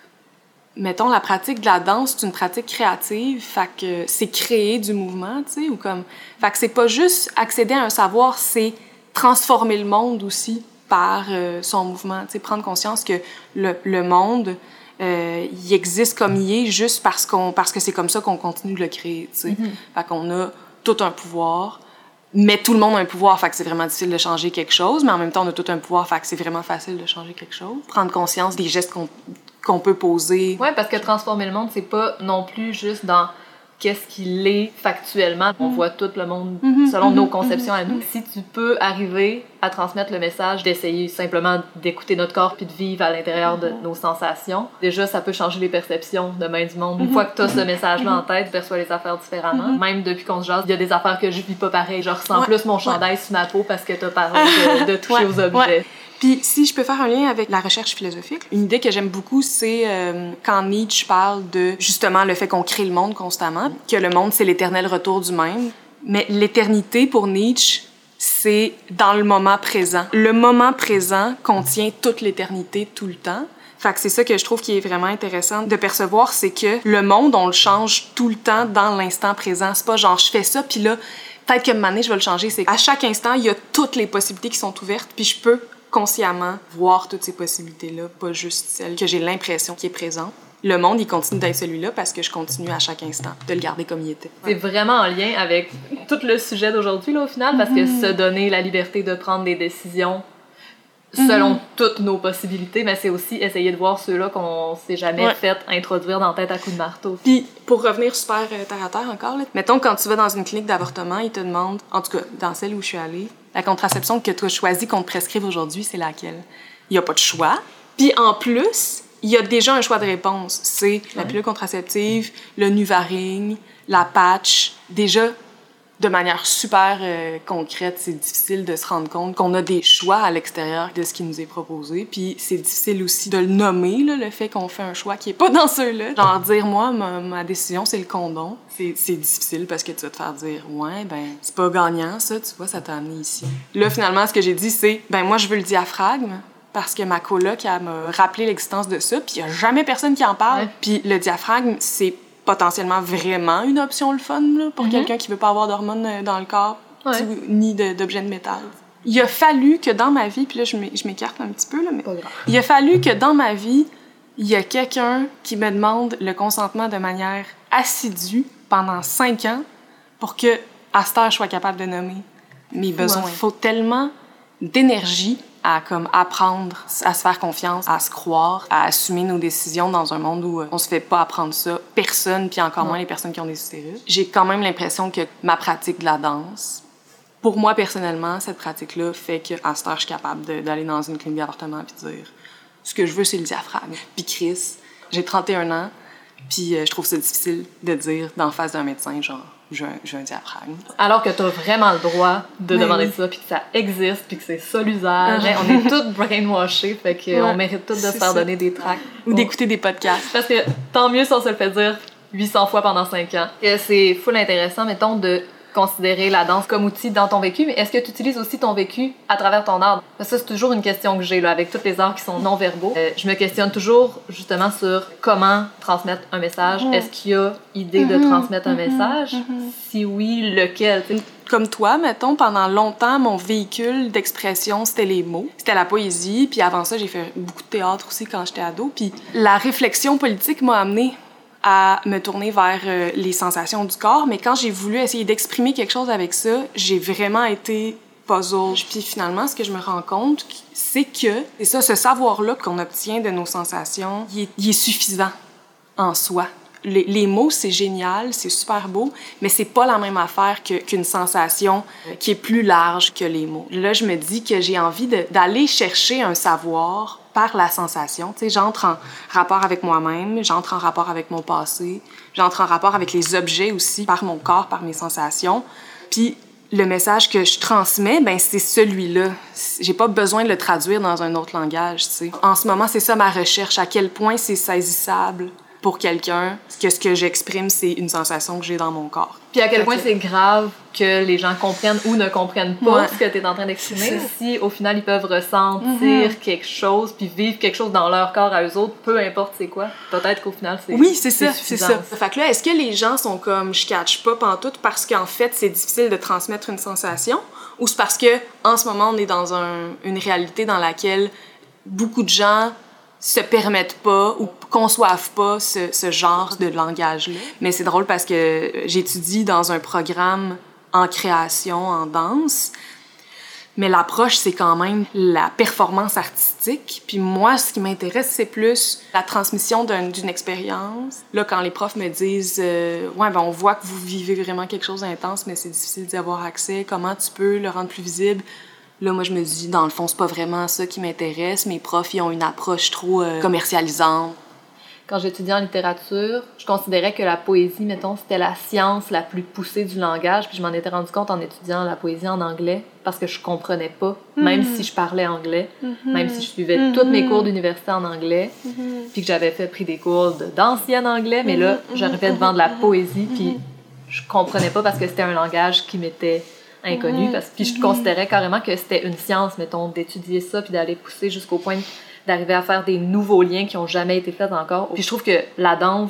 Mettons, la pratique de la danse, c'est une pratique créative, fait que c'est créer du mouvement, tu sais, ou comme... Fait que c'est pas juste accéder à un savoir, c'est transformer le monde aussi par euh, son mouvement, tu sais, prendre conscience que le, le monde, euh, il existe comme il est juste parce, qu'on, parce que c'est comme ça qu'on continue de le créer, tu sais. Mm-hmm. Fait qu'on a tout un pouvoir, mais tout le monde a un pouvoir, fait que c'est vraiment difficile de changer quelque chose, mais en même temps, on a tout un pouvoir, fait que c'est vraiment facile de changer quelque chose. Prendre conscience des gestes qu'on, qu'on peut poser. Oui, parce que transformer le monde, c'est pas non plus juste dans qu'est-ce qu'il est factuellement. On voit tout le monde mm-hmm, selon mm-hmm, nos conceptions mm-hmm. à nous. Si tu peux arriver à transmettre le message, d'essayer simplement d'écouter notre corps puis de vivre à l'intérieur de nos sensations, déjà, ça peut changer les perceptions de main du monde. Une mm-hmm. fois que tu as ce message-là en tête, tu perçois les affaires différemment. Mm-hmm. Même depuis qu'on se jase, il y a des affaires que je vis pas pareil. Je ressens ouais. plus mon chandail ouais. sur ma peau parce que tu as parlé de, de toucher ouais. aux objets. Ouais. Puis si je peux faire un lien avec la recherche philosophique, une idée que j'aime beaucoup, c'est euh, quand Nietzsche parle de justement le fait qu'on crée le monde constamment, que le monde, c'est l'éternel retour du même. Mais l'éternité, pour Nietzsche, c'est dans le moment présent. Le moment présent contient toute l'éternité tout le temps. Fait que c'est ça que je trouve qui est vraiment intéressant de percevoir, c'est que le monde, on le change tout le temps dans l'instant présent. C'est pas genre, je fais ça, puis là, peut-être que maintenant, je vais le changer. C'est à chaque instant, il y a toutes les possibilités qui sont ouvertes, puis je peux consciemment voir toutes ces possibilités-là, pas juste celles que j'ai l'impression qui est présente. Le monde, il continue d'être celui-là parce que je continue à chaque instant de le garder comme il était. C'est vraiment en lien avec tout le sujet d'aujourd'hui, là, au final, parce que se donner la liberté de prendre des décisions selon mm-hmm. toutes nos possibilités, mais c'est aussi essayer de voir ceux-là qu'on s'est jamais ouais. fait introduire dans la tête à coups de marteau. Puis, pour revenir super euh, terre à terre encore, là, mettons, quand tu vas dans une clinique d'avortement, ils te demandent, en tout cas, dans celle où je suis allée, la contraception que tu as choisie qu'on te prescrive aujourd'hui, c'est laquelle? Il n'y a pas de choix. Puis, en plus, il y a déjà un choix de réponse. C'est ouais. la pilule contraceptive, le Nuvaring, la patch. Déjà, de manière super euh, concrète, c'est difficile de se rendre compte qu'on a des choix à l'extérieur de ce qui nous est proposé. Puis c'est difficile aussi de le nommer, là, le fait qu'on fait un choix qui est pas dans ceux-là. Genre dire, moi, ma, ma décision, c'est le condom. C'est, c'est difficile parce que tu vas te faire dire, ouais, ben, c'est pas gagnant, ça, tu vois, ça t'a amené ici. Là, finalement, ce que j'ai dit, c'est, ben, moi, je veux le diaphragme. Parce que ma coloc, elle m'a rappelé l'existence de ça, puis il y a jamais personne qui en parle. Ouais. Puis le diaphragme, c'est potentiellement vraiment une option le fun là, pour mm-hmm. quelqu'un qui veut pas avoir d'hormones dans le corps ouais. ni de, d'objets de métal. Il a fallu que dans ma vie, puis là je m'écarte un petit peu, là, mais il a fallu que dans ma vie, il y a quelqu'un qui me demande le consentement de manière assidue pendant cinq ans pour que à cette heure, je sois capable de nommer mes besoins. Il faut tellement d'énergie à comme apprendre à se faire confiance, à se croire, à assumer nos décisions dans un monde où on se fait pas apprendre ça. Personne, puis encore moins les personnes qui ont des utérus. J'ai quand même l'impression que ma pratique de la danse, pour moi personnellement, cette pratique-là fait qu'à cette heure, je suis capable de, d'aller dans une clinique d'avortement puis de dire ce que je veux, c'est le diaphragme. Puis Chris, j'ai trente et un ans, puis euh, je trouve ça difficile de dire d'en face d'un médecin, genre, j'ai un, j'ai un diaphragme. Alors que t'as vraiment le droit de mais demander oui. ça, puis que ça existe, puis que c'est ça l'usage. Uh-huh. On est toutes brainwashées, fait qu'on ouais, mérite toutes de se faire ça. Donner des tracts. Ou bon. D'écouter des podcasts. Parce que tant mieux si on se le fait dire huit cents fois pendant cinq ans. Et c'est full intéressant, mettons, de considérer la danse comme outil dans ton vécu, mais est-ce que tu utilises aussi ton vécu à travers ton art? Parce que ça, c'est toujours une question que j'ai, là, avec tous les arts qui sont non-verbaux. Euh, je me questionne toujours, justement, sur comment transmettre un message. Mmh. Est-ce qu'il y a idée de mmh. transmettre un mmh. message? Mmh. Si oui, lequel? T'sais? Comme toi, mettons, pendant longtemps, mon véhicule d'expression, c'était les mots. C'était la poésie. Puis avant ça, j'ai fait beaucoup de théâtre aussi quand j'étais ado. Puis la réflexion politique m'a amenée à me tourner vers euh, les sensations du corps. Mais quand j'ai voulu essayer d'exprimer quelque chose avec ça, j'ai vraiment été puzzle. Puis finalement, ce que je me rends compte, c'est que, c'est ça, ce savoir-là qu'on obtient de nos sensations, il est, il est suffisant en soi. Les, les mots, c'est génial, c'est super beau, mais c'est pas la même affaire que, qu'une sensation qui est plus large que les mots. Là, je me dis que j'ai envie de, d'aller chercher un savoir par la sensation. Tu sais, j'entre en rapport avec moi-même, j'entre en rapport avec mon passé, j'entre en rapport avec les objets aussi, par mon corps, par mes sensations. Puis le message que je transmets, ben c'est celui-là. J'ai pas besoin de le traduire dans un autre langage, tu sais. En ce moment, c'est ça ma recherche, à quel point c'est saisissable pour quelqu'un, que ce que j'exprime, c'est une sensation que j'ai dans mon corps. Puis à quel point c'est grave que les gens comprennent ou ne comprennent pas ouais. ce que tu es en train d'exprimer. Si au final ils peuvent ressentir mm-hmm. quelque chose puis vivre quelque chose dans leur corps à eux autres, peu importe c'est quoi, peut-être qu'au final c'est Oui, c'est, c'est ça, suffisant. c'est ça. Fait que là, est-ce que les gens sont comme je catch pas pantoute parce qu'en fait c'est difficile de transmettre une sensation, ou c'est parce que en ce moment on est dans un, une réalité dans laquelle beaucoup de gens se permettent pas ou conçoivent pas ce, ce genre de langage-là. Mais c'est drôle parce que j'étudie dans un programme en création, en danse, mais l'approche, c'est quand même la performance artistique. Puis moi, ce qui m'intéresse, c'est plus la transmission d'un, d'une expérience. Là, quand les profs me disent euh, « Ouais, ben on voit que vous vivez vraiment quelque chose d'intense, mais c'est difficile d'y avoir accès. Comment tu peux le rendre plus visible? » Là, moi, je me dis, dans le fond, c'est pas vraiment ça qui m'intéresse. Mes profs, ils ont une approche trop euh, commercialisante. Quand j'étudiais en littérature, je considérais que la poésie, mettons, c'était la science la plus poussée du langage. Puis je m'en étais rendu compte en étudiant la poésie en anglais, parce que je comprenais pas, mm-hmm. même si je parlais anglais, mm-hmm. même si je suivais mm-hmm. tous mes cours d'université en anglais, mm-hmm. puis que j'avais fait pris des cours de, d'ancien anglais, mais là, j'arrivais devant de la poésie, puis je comprenais pas parce que c'était un langage qui m'était inconnu, parce que puis je considérais carrément que c'était une science, mettons, d'étudier ça puis d'aller pousser jusqu'au point d'arriver à faire des nouveaux liens qui ont jamais été faits encore. Puis je trouve que la danse,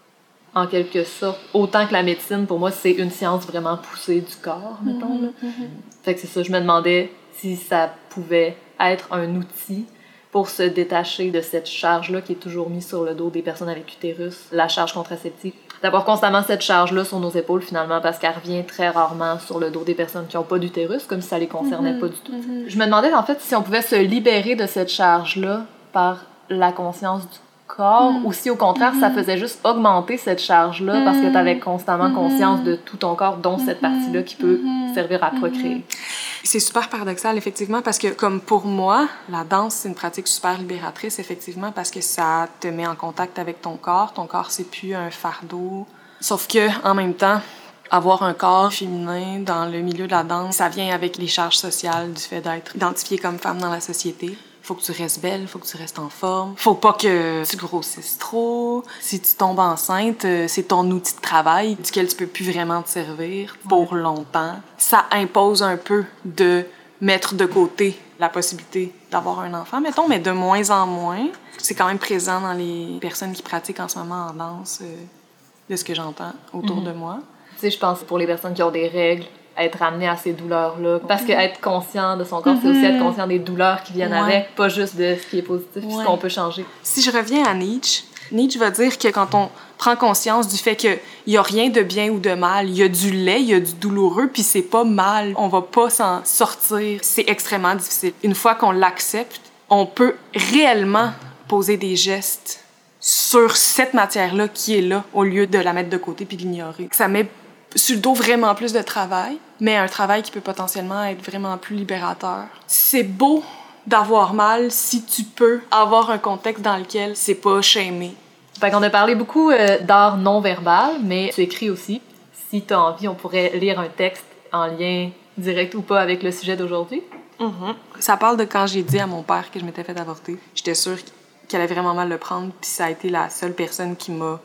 en quelque sorte, autant que la médecine, pour moi, c'est une science vraiment poussée du corps, mettons. Là. Mm-hmm. Fait que c'est ça, je me demandais si ça pouvait être un outil pour se détacher de cette charge-là qui est toujours mise sur le dos des personnes avec utérus, la charge contraceptive. D'avoir constamment cette charge-là sur nos épaules, finalement, parce qu'elle revient très rarement sur le dos des personnes qui n'ont pas d'utérus, comme si ça les concernait mm-hmm. pas du tout. Mm-hmm. Je me demandais, en fait, si on pouvait se libérer de cette charge-là par la conscience du corps, mm-hmm. ou si, au contraire, mm-hmm. ça faisait juste augmenter cette charge-là, mm-hmm. parce que tu avais constamment mm-hmm. conscience de tout ton corps, dont mm-hmm. cette partie-là qui peut mm-hmm. servir à procréer. Mm-hmm. C'est super paradoxal, effectivement, parce que, comme pour moi, la danse, c'est une pratique super libératrice, effectivement, parce que ça te met en contact avec ton corps. Ton corps, c'est plus un fardeau. Sauf que, en même temps, avoir un corps féminin dans le milieu de la danse, ça vient avec les charges sociales du fait d'être identifiée comme femme dans la société. Faut que tu restes belle, faut que tu restes en forme. Faut pas que tu grossisses trop. Si tu tombes enceinte, c'est ton outil de travail duquel tu peux plus vraiment te servir pour longtemps. Ça impose un peu de mettre de côté la possibilité d'avoir un enfant, mettons, mais de moins en moins. C'est quand même présent dans les personnes qui pratiquent en ce moment en danse, euh, de ce que j'entends autour mm-hmm. de moi. Tu sais, je pense que pour les personnes qui ont des règles, être amené à ces douleurs-là. Parce que être conscient de son corps, mm-hmm. c'est aussi être conscient des douleurs qui viennent ouais. avec, pas juste de ce qui est positif, ouais. ce qu'on peut changer. Si je reviens à Nietzsche, Nietzsche va dire que quand on prend conscience du fait qu'il n'y a rien de bien ou de mal, il y a du laid, il y a du douloureux, puis c'est pas mal, on va pas s'en sortir. C'est extrêmement difficile. Une fois qu'on l'accepte, on peut réellement poser des gestes sur cette matière-là qui est là, au lieu de la mettre de côté puis de l'ignorer. Ça met sur le dos vraiment plus de travail, mais un travail qui peut potentiellement être vraiment plus libérateur. C'est beau d'avoir mal si tu peux avoir un contexte dans lequel c'est pas shamé. Fait qu'on a parlé beaucoup euh, d'art non-verbal, mais tu écris aussi. Si tu as envie, on pourrait lire un texte en lien direct ou pas avec le sujet d'aujourd'hui. Mm-hmm. Ça parle de quand j'ai dit à mon père que je m'étais fait avorter. J'étais sûre qu'elle allait vraiment mal le prendre, puis ça a été la seule personne qui m'a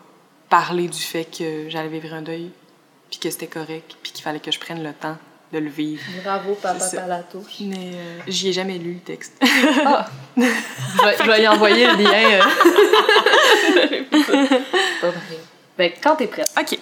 parler du fait que j'allais vivre un deuil, puis que c'était correct, puis qu'il fallait que je prenne le temps de le vivre. Bravo, Papa C'est ça. Palato. Mais euh, j'y ai jamais lu le texte. Ah! je, vais, je vais y envoyer le lien. Euh. Pas vrai. Ben, quand t'es prête. OK.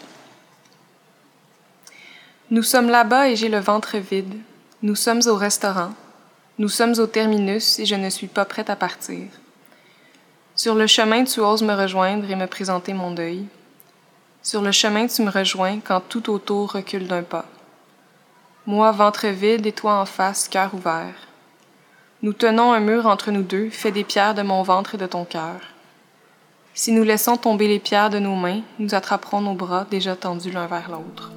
Nous sommes là-bas et j'ai le ventre vide. Nous sommes au restaurant. Nous sommes au terminus et je ne suis pas prête à partir. Sur le chemin, tu oses me rejoindre et me présenter mon deuil. Sur le chemin, tu me rejoins quand tout autour recule d'un pas. Moi, ventre vide et toi en face, cœur ouvert. Nous tenons un mur entre nous deux, fait des pierres de mon ventre et de ton cœur. Si nous laissons tomber les pierres de nos mains, nous attraperons nos bras déjà tendus l'un vers l'autre.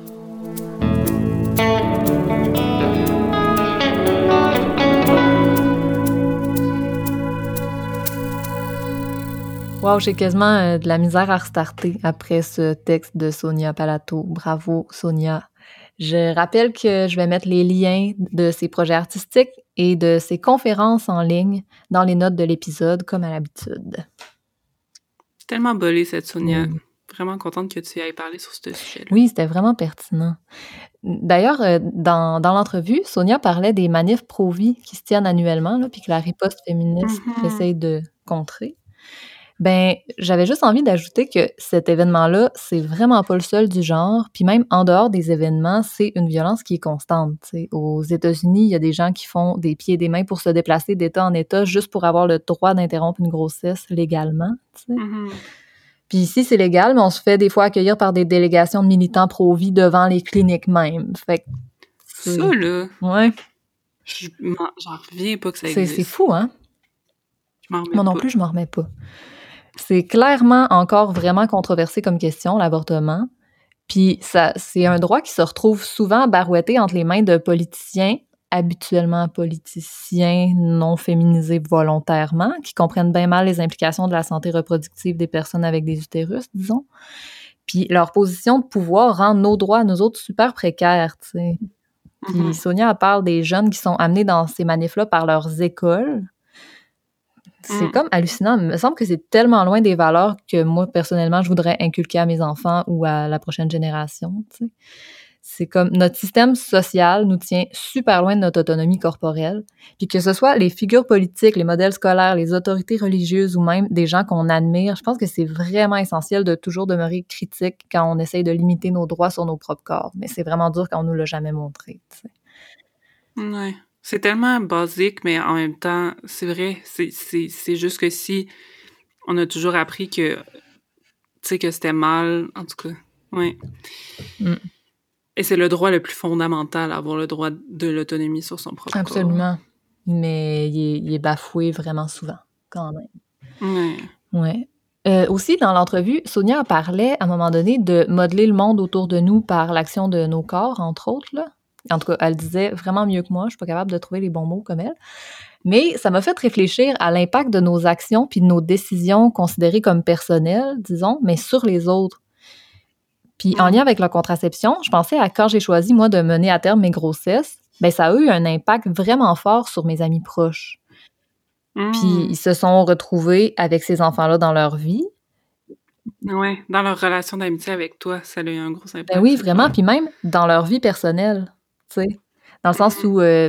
Wow, j'ai quasiment euh, de la misère à restarter après ce texte de Sonia Palato. Bravo, Sonia. Je rappelle que je vais mettre les liens de ses projets artistiques et de ses conférences en ligne dans les notes de l'épisode, comme à l'habitude. Tellement bolée, cette Sonia. Oui. Vraiment contente que tu ailles parler sur ce sujet-là. Oui, c'était vraiment pertinent. D'ailleurs, euh, dans, dans l'entrevue, Sonia parlait des manifs pro-vie qui se tiennent annuellement, là, puis que la riposte féministe Mm-hmm. essaye de contrer. Ben, j'avais juste envie d'ajouter que cet événement-là, c'est vraiment pas le seul du genre, puis même en dehors des événements, c'est une violence qui est constante. T'sais. Aux États-Unis, il y a des gens qui font des pieds et des mains pour se déplacer d'État en État juste pour avoir le droit d'interrompre une grossesse légalement. Mm-hmm. Puis ici, c'est légal, mais on se fait des fois accueillir par des délégations de militants pro-vie devant les cliniques même. Fait que c'est... Ça, là... Ouais. Je, j'en reviens pas que ça c'est, existe. C'est fou, hein? Je m'en remets Moi non pas. plus, je m'en remets pas. C'est clairement encore vraiment controversé comme question, l'avortement. Puis ça, c'est un droit qui se retrouve souvent barouetté entre les mains de politiciens, habituellement politiciens non féminisés volontairement, qui comprennent bien mal les implications de la santé reproductive des personnes avec des utérus, disons. Puis leur position de pouvoir rend nos droits, nous autres, super précaires, tu sais. Puis mm-hmm. Sonia, elle parle des jeunes qui sont amenés dans ces manifs-là par leurs écoles. C'est mm. comme hallucinant. Il me semble que c'est tellement loin des valeurs que moi, personnellement, je voudrais inculquer à mes enfants ou à la prochaine génération, tu sais. C'est comme notre système social nous tient super loin de notre autonomie corporelle. Puis que ce soit les figures politiques, les modèles scolaires, les autorités religieuses ou même des gens qu'on admire, je pense que c'est vraiment essentiel de toujours demeurer critique quand on essaye de limiter nos droits sur nos propres corps. Mais c'est vraiment dur quand on nous l'a jamais montré, tu sais. Ouais. C'est tellement basique, mais en même temps, c'est vrai, c'est, c'est, c'est juste que si on a toujours appris que, tu sais, que c'était mal, en tout cas, ouais. Mm. Et c'est le droit le plus fondamental, avoir le droit de l'autonomie sur son propre Absolument. corps. Absolument. Mais il est, il est bafoué vraiment souvent, quand même. Ouais. Ouais. Euh, aussi, dans l'entrevue, Sonia parlait, à un moment donné, de modeler le monde autour de nous par l'action de nos corps, entre autres, là. En tout cas, elle disait vraiment mieux que moi. Je suis pas capable de trouver les bons mots comme elle. Mais ça m'a fait réfléchir à l'impact de nos actions puis de nos décisions considérées comme personnelles, disons, mais sur les autres. Puis en lien avec la contraception, je pensais à quand j'ai choisi, moi, de mener à terme mes grossesses, ben ça a eu un impact vraiment fort sur mes amis proches. Mmh. Puis ils se sont retrouvés avec ces enfants-là dans leur vie. Oui, dans leur relation d'amitié avec toi, ça a eu un gros impact. Ben oui, vraiment. Puis même dans leur vie personnelle, tu sais. Dans le sens où, euh,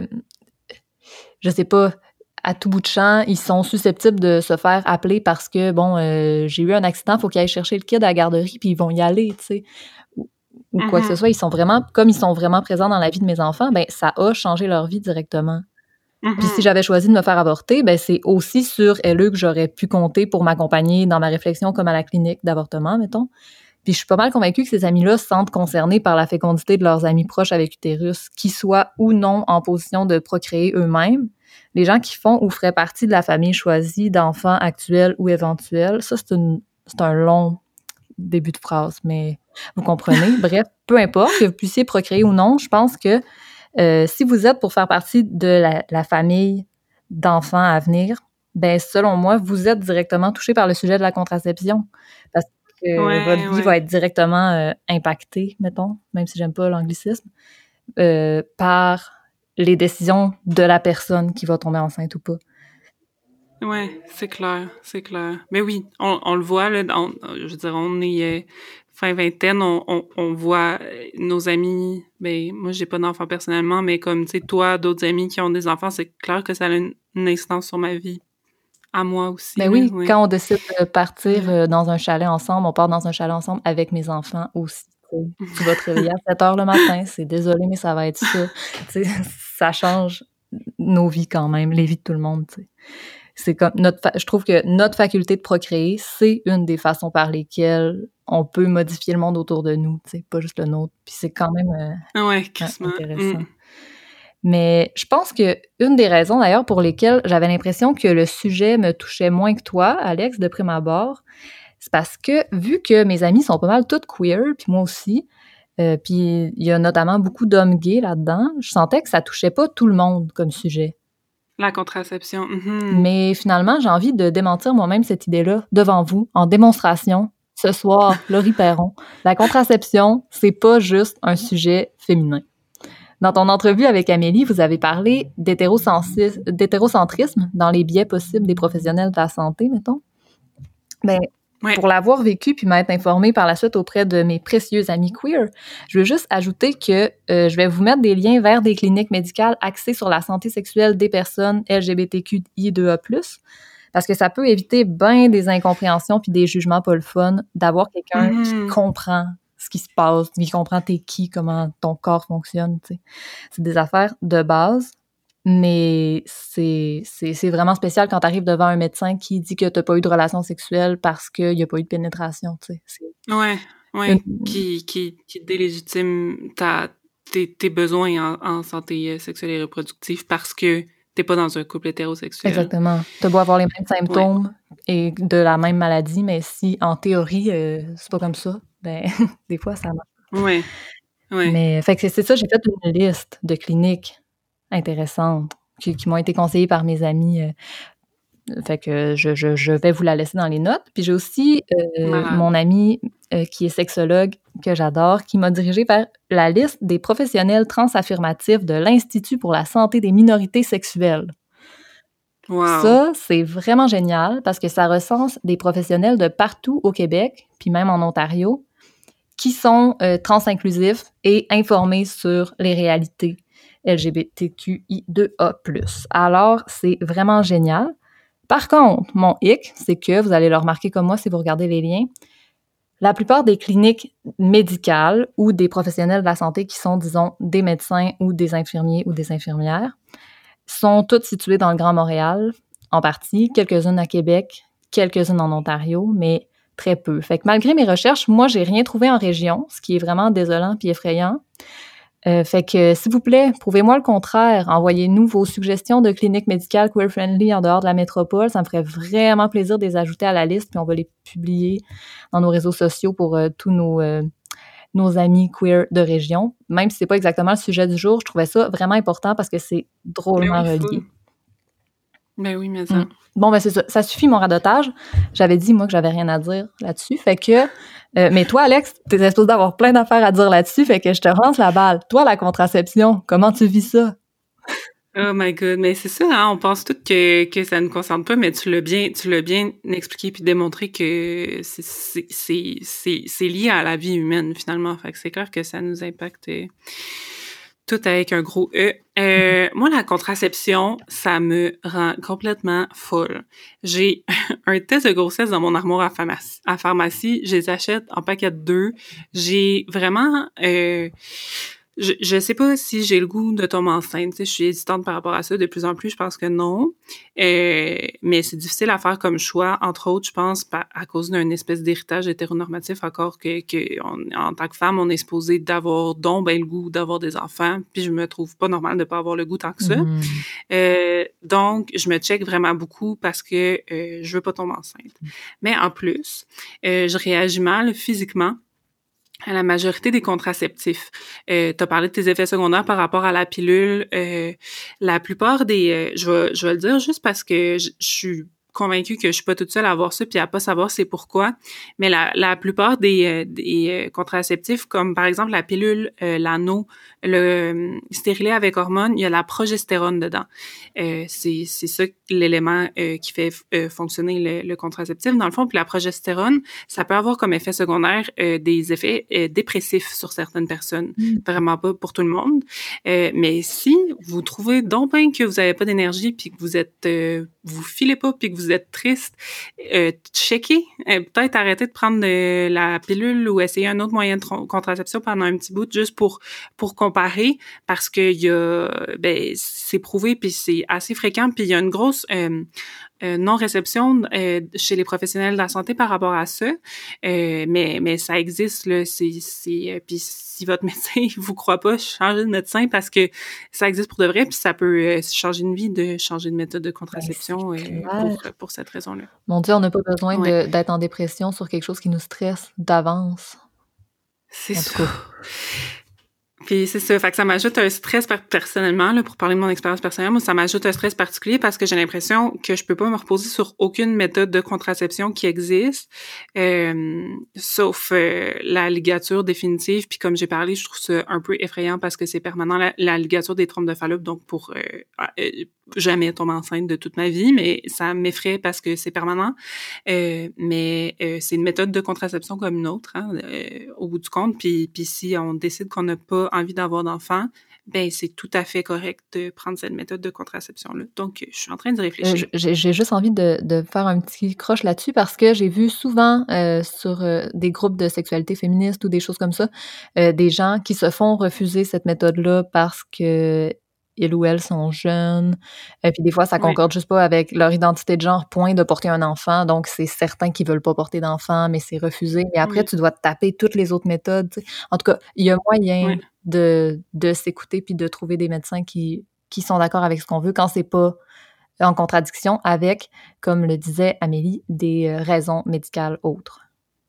je sais pas, à tout bout de champ, ils sont susceptibles de se faire appeler parce que, bon, euh, j'ai eu un accident, il faut qu'ils aillent chercher le kid à la garderie, puis ils vont y aller, tu sais. Ou, ou quoi mm-hmm. que ce soit. Ils sont vraiment, comme ils sont vraiment présents dans la vie de mes enfants, ben ça a changé leur vie directement. Mm-hmm. Puis si j'avais choisi de me faire avorter, ben c'est aussi sur eux que j'aurais pu compter pour m'accompagner dans ma réflexion comme à la clinique d'avortement, mettons. Puis je suis pas mal convaincue que ces amis-là se sentent concernés par la fécondité de leurs amis proches avec utérus, qu'ils soient ou non en position de procréer eux-mêmes. Les gens qui font ou feraient partie de la famille choisie d'enfants actuels ou éventuels, ça, c'est, une, c'est un long début de phrase, mais vous comprenez. Bref, peu importe que vous puissiez procréer ou non, je pense que euh, si vous êtes pour faire partie de la, la famille d'enfants à venir, ben selon moi, vous êtes directement touché par le sujet de la contraception. Parce que ouais, votre vie ouais. va être directement euh, impactée, mettons, même si j'aime pas l'anglicisme, euh, par les décisions de la personne qui va tomber enceinte ou pas. Ouais, c'est clair, c'est clair. Mais oui, on, on le voit, là, on, je veux dire, on est euh, fin vingtaine, on, on, on voit euh, nos amis, ben moi j'ai pas d'enfants personnellement, mais comme, tu sais, toi, d'autres amis qui ont des enfants, c'est clair que ça a une, une incidence sur ma vie. À moi aussi, Ben là, oui, oui. quand on décide de partir Ouais. euh, dans un chalet ensemble, on part dans un chalet ensemble avec mes enfants aussi. Tu sais. Tu vas te réveiller à sept heures le matin, c'est désolé, mais ça va être ça. Tu sais, ça change nos vies quand même, les vies de tout le monde. Tu sais. C'est comme notre, fa- je trouve que notre faculté de procréer, c'est une des façons par lesquelles on peut modifier le monde autour de nous, tu sais, pas juste le nôtre. Puis c'est quand même euh, Ah ouais, ouais, crissement. intéressant. Mm. Mais je pense que une des raisons d'ailleurs pour lesquelles j'avais l'impression que le sujet me touchait moins que toi, Alex, de prime abord, c'est parce que vu que mes amis sont pas mal toutes queer, puis moi aussi, euh, puis il y a notamment beaucoup d'hommes gays là-dedans, je sentais que ça touchait pas tout le monde comme sujet. La contraception. Mhm. Mais finalement, j'ai envie de démentir moi-même cette idée-là devant vous, en démonstration, ce soir, Laurie Perron. La contraception, c'est pas juste un sujet féminin. Dans ton entrevue avec Amélie, vous avez parlé d'hétérocensi- d'hétérocentrisme dans les biais possibles des professionnels de la santé, mettons. Ben, Ouais. pour l'avoir vécu puis m'être informée par la suite auprès de mes précieux amis queer, je veux juste ajouter que euh, je vais vous mettre des liens vers des cliniques médicales axées sur la santé sexuelle des personnes L G B T Q I deux A plus, parce que ça peut éviter bien des incompréhensions puis des jugements pas le fun d'avoir quelqu'un Mhm. qui comprend ce qui se passe, qui comprend t'es qui, comment ton corps fonctionne, tu sais. C'est des affaires de base, mais c'est, c'est, c'est vraiment spécial quand t'arrives devant un médecin qui dit que t'as pas eu de relation sexuelle parce qu'il y a pas eu de pénétration, tu sais. C'est Ouais, ouais. une- Qui, qui, qui délégitime ta, tes, tes besoins en, en santé euh, sexuelle et reproductive parce que t'es pas dans un couple hétérosexuel. Exactement. T'as beau avoir les mêmes symptômes et de la même maladie, mais si, en théorie, euh, c'est pas comme ça, ben, des fois, ça marche. Ouais, ouais. Mais, fait que c'est, c'est ça, j'ai fait une liste de cliniques intéressantes qui, qui m'ont été conseillées par mes amis. euh, Fait que je, je, je vais vous la laisser dans les notes. Puis j'ai aussi euh, Malade. mon ami euh, qui est sexologue, que j'adore, qui m'a dirigée vers la liste des professionnels transaffirmatifs de l'Institut pour la santé des minorités sexuelles. Wow. Ça, c'est vraiment génial parce que ça recense des professionnels de partout au Québec, puis même en Ontario, qui sont euh, transinclusifs et informés sur les réalités L G B T Q I deux A plus. Alors, c'est vraiment génial. Par contre, mon hic, c'est que, vous allez le remarquer comme moi si vous regardez les liens, la plupart des cliniques médicales ou des professionnels de la santé qui sont, disons, des médecins ou des infirmiers ou des infirmières, sont toutes situées dans le Grand Montréal, en partie, quelques-unes à Québec, quelques-unes en Ontario, mais très peu. Fait que malgré mes recherches, moi, j'ai rien trouvé en région, ce qui est vraiment désolant puis effrayant. Euh, fait que, s'il vous plaît, prouvez-moi le contraire. Envoyez-nous vos suggestions de cliniques médicales queer-friendly en dehors de la métropole. Ça me ferait vraiment plaisir de les ajouter à la liste, puis on va les publier dans nos réseaux sociaux pour euh, tous nos, euh, nos amis queer de région. Même si c'est pas exactement le sujet du jour, je trouvais ça vraiment important parce que c'est drôlement Mais oui, relié. full. Ben oui, mais ça. Mm. Bon, ben c'est ça. Ça suffit, mon radotage. J'avais dit, moi, que j'avais rien à dire là-dessus. Fait que... Euh, mais toi, Alex, t'es supposé d'avoir plein d'affaires à dire là-dessus, fait que je te relance la balle. Toi, la contraception, comment tu vis ça? Oh my god, mais c'est ça, hein, on pense tout que, que ça ne concerne pas, mais tu l'as bien, tu l'as bien expliqué puis démontré que c'est, c'est, c'est, c'est, c'est lié à la vie humaine, finalement. Fait que c'est clair que ça nous impacte euh, tout avec un gros E. Euh, moi, la contraception, ça me rend complètement folle. J'ai un test de grossesse dans mon armoire à pharmacie. À pharmacie, je les achète en paquet de deux. J'ai vraiment... Euh, Je, je sais pas si j'ai le goût de tomber enceinte. Tu sais, je suis hésitante par rapport à ça. De plus en plus, je pense que non. Euh, mais c'est difficile à faire comme choix. Entre autres, je pense, pa- à cause d'un espèce d'héritage hétéronormatif encore que, que on, en tant que femme, on est supposé d'avoir donc ben le goût d'avoir des enfants. Puis je me trouve pas normal de pas avoir le goût tant que ça. Mm. Euh, donc, je me check vraiment beaucoup parce que euh, je veux pas tomber enceinte. Mais en plus, euh, je réagis mal physiquement à la majorité des contraceptifs. Euh, tu as parlé de tes effets secondaires par rapport à la pilule. Euh, la plupart des... Euh, je vais je vais le dire juste parce que je suis convaincue que je suis pas toute seule à avoir ça puis à pas savoir c'est pourquoi. Mais la, la plupart des, euh, des euh, contraceptifs, comme par exemple la pilule, euh, l'anneau, le euh, stérilet avec hormones, il y a la progestérone dedans. Euh, c'est, c'est ça l'élément euh, qui fait euh, fonctionner le, le contraceptif, dans le fond. Puis la progestérone, ça peut avoir comme effet secondaire euh, des effets euh, dépressifs sur certaines personnes. Mm. Vraiment pas pour tout le monde. Euh, mais si vous trouvez donc bien que vous avez pas d'énergie, puis que vous êtes, euh, vous filez pas, puis que vous êtes triste, euh, checkez. Euh, peut-être arrêter de prendre de la pilule ou essayer un autre moyen de tr- contraception pendant un petit bout, juste pour pour comparer, parce que il y a, ben, c'est prouvé, puis c'est assez fréquent, puis il y a une grosse euh, euh, non-réception euh, chez les professionnels de la santé par rapport à ça, euh, mais mais ça existe là, c'est c'est euh, puis si votre médecin vous croit pas, changez de médecin parce que ça existe pour de vrai, puis ça peut euh, changer une vie de changer de méthode de contraception euh, pour pour cette raison-là. Mon Dieu, on n'a pas besoin ouais. de, d'être en dépression sur quelque chose qui nous stresse d'avance. C'est en ça. Tout cas. Puis c'est ça, fait que ça m'ajoute un stress personnellement, là, pour parler de mon expérience personnelle, moi, ça m'ajoute un stress particulier parce que j'ai l'impression que je peux pas me reposer sur aucune méthode de contraception qui existe, euh, sauf euh, la ligature définitive. Puis comme j'ai parlé, je trouve ça un peu effrayant parce que c'est permanent, la, la ligature des trompes de Fallope, donc pour euh, euh, jamais tomber enceinte de toute ma vie, mais ça m'effraie parce que c'est permanent. Euh, mais euh, c'est une méthode de contraception comme une autre, hein, euh, au bout du compte. Puis, puis si on décide qu'on n'a pas envie d'avoir d'enfants, ben c'est tout à fait correct de prendre cette méthode de contraception-là. Donc, je suis en train de réfléchir. Euh, j'ai, j'ai juste envie de, de faire un petit croche là-dessus parce que j'ai vu souvent euh, sur euh, des groupes de sexualité féministe ou des choses comme ça, euh, des gens qui se font refuser cette méthode-là parce que ils ou elles sont jeunes, et puis des fois, ça concorde oui. juste pas avec leur identité de genre, point de porter un enfant, donc c'est certain qu'ils veulent pas porter d'enfant, mais c'est refusé. Et après, oui. tu dois te taper toutes les autres méthodes. T'sais. En tout cas, il y a moyen oui. de, de s'écouter puis de trouver des médecins qui, qui sont d'accord avec ce qu'on veut quand c'est pas en contradiction avec, comme le disait Amélie, des raisons médicales autres.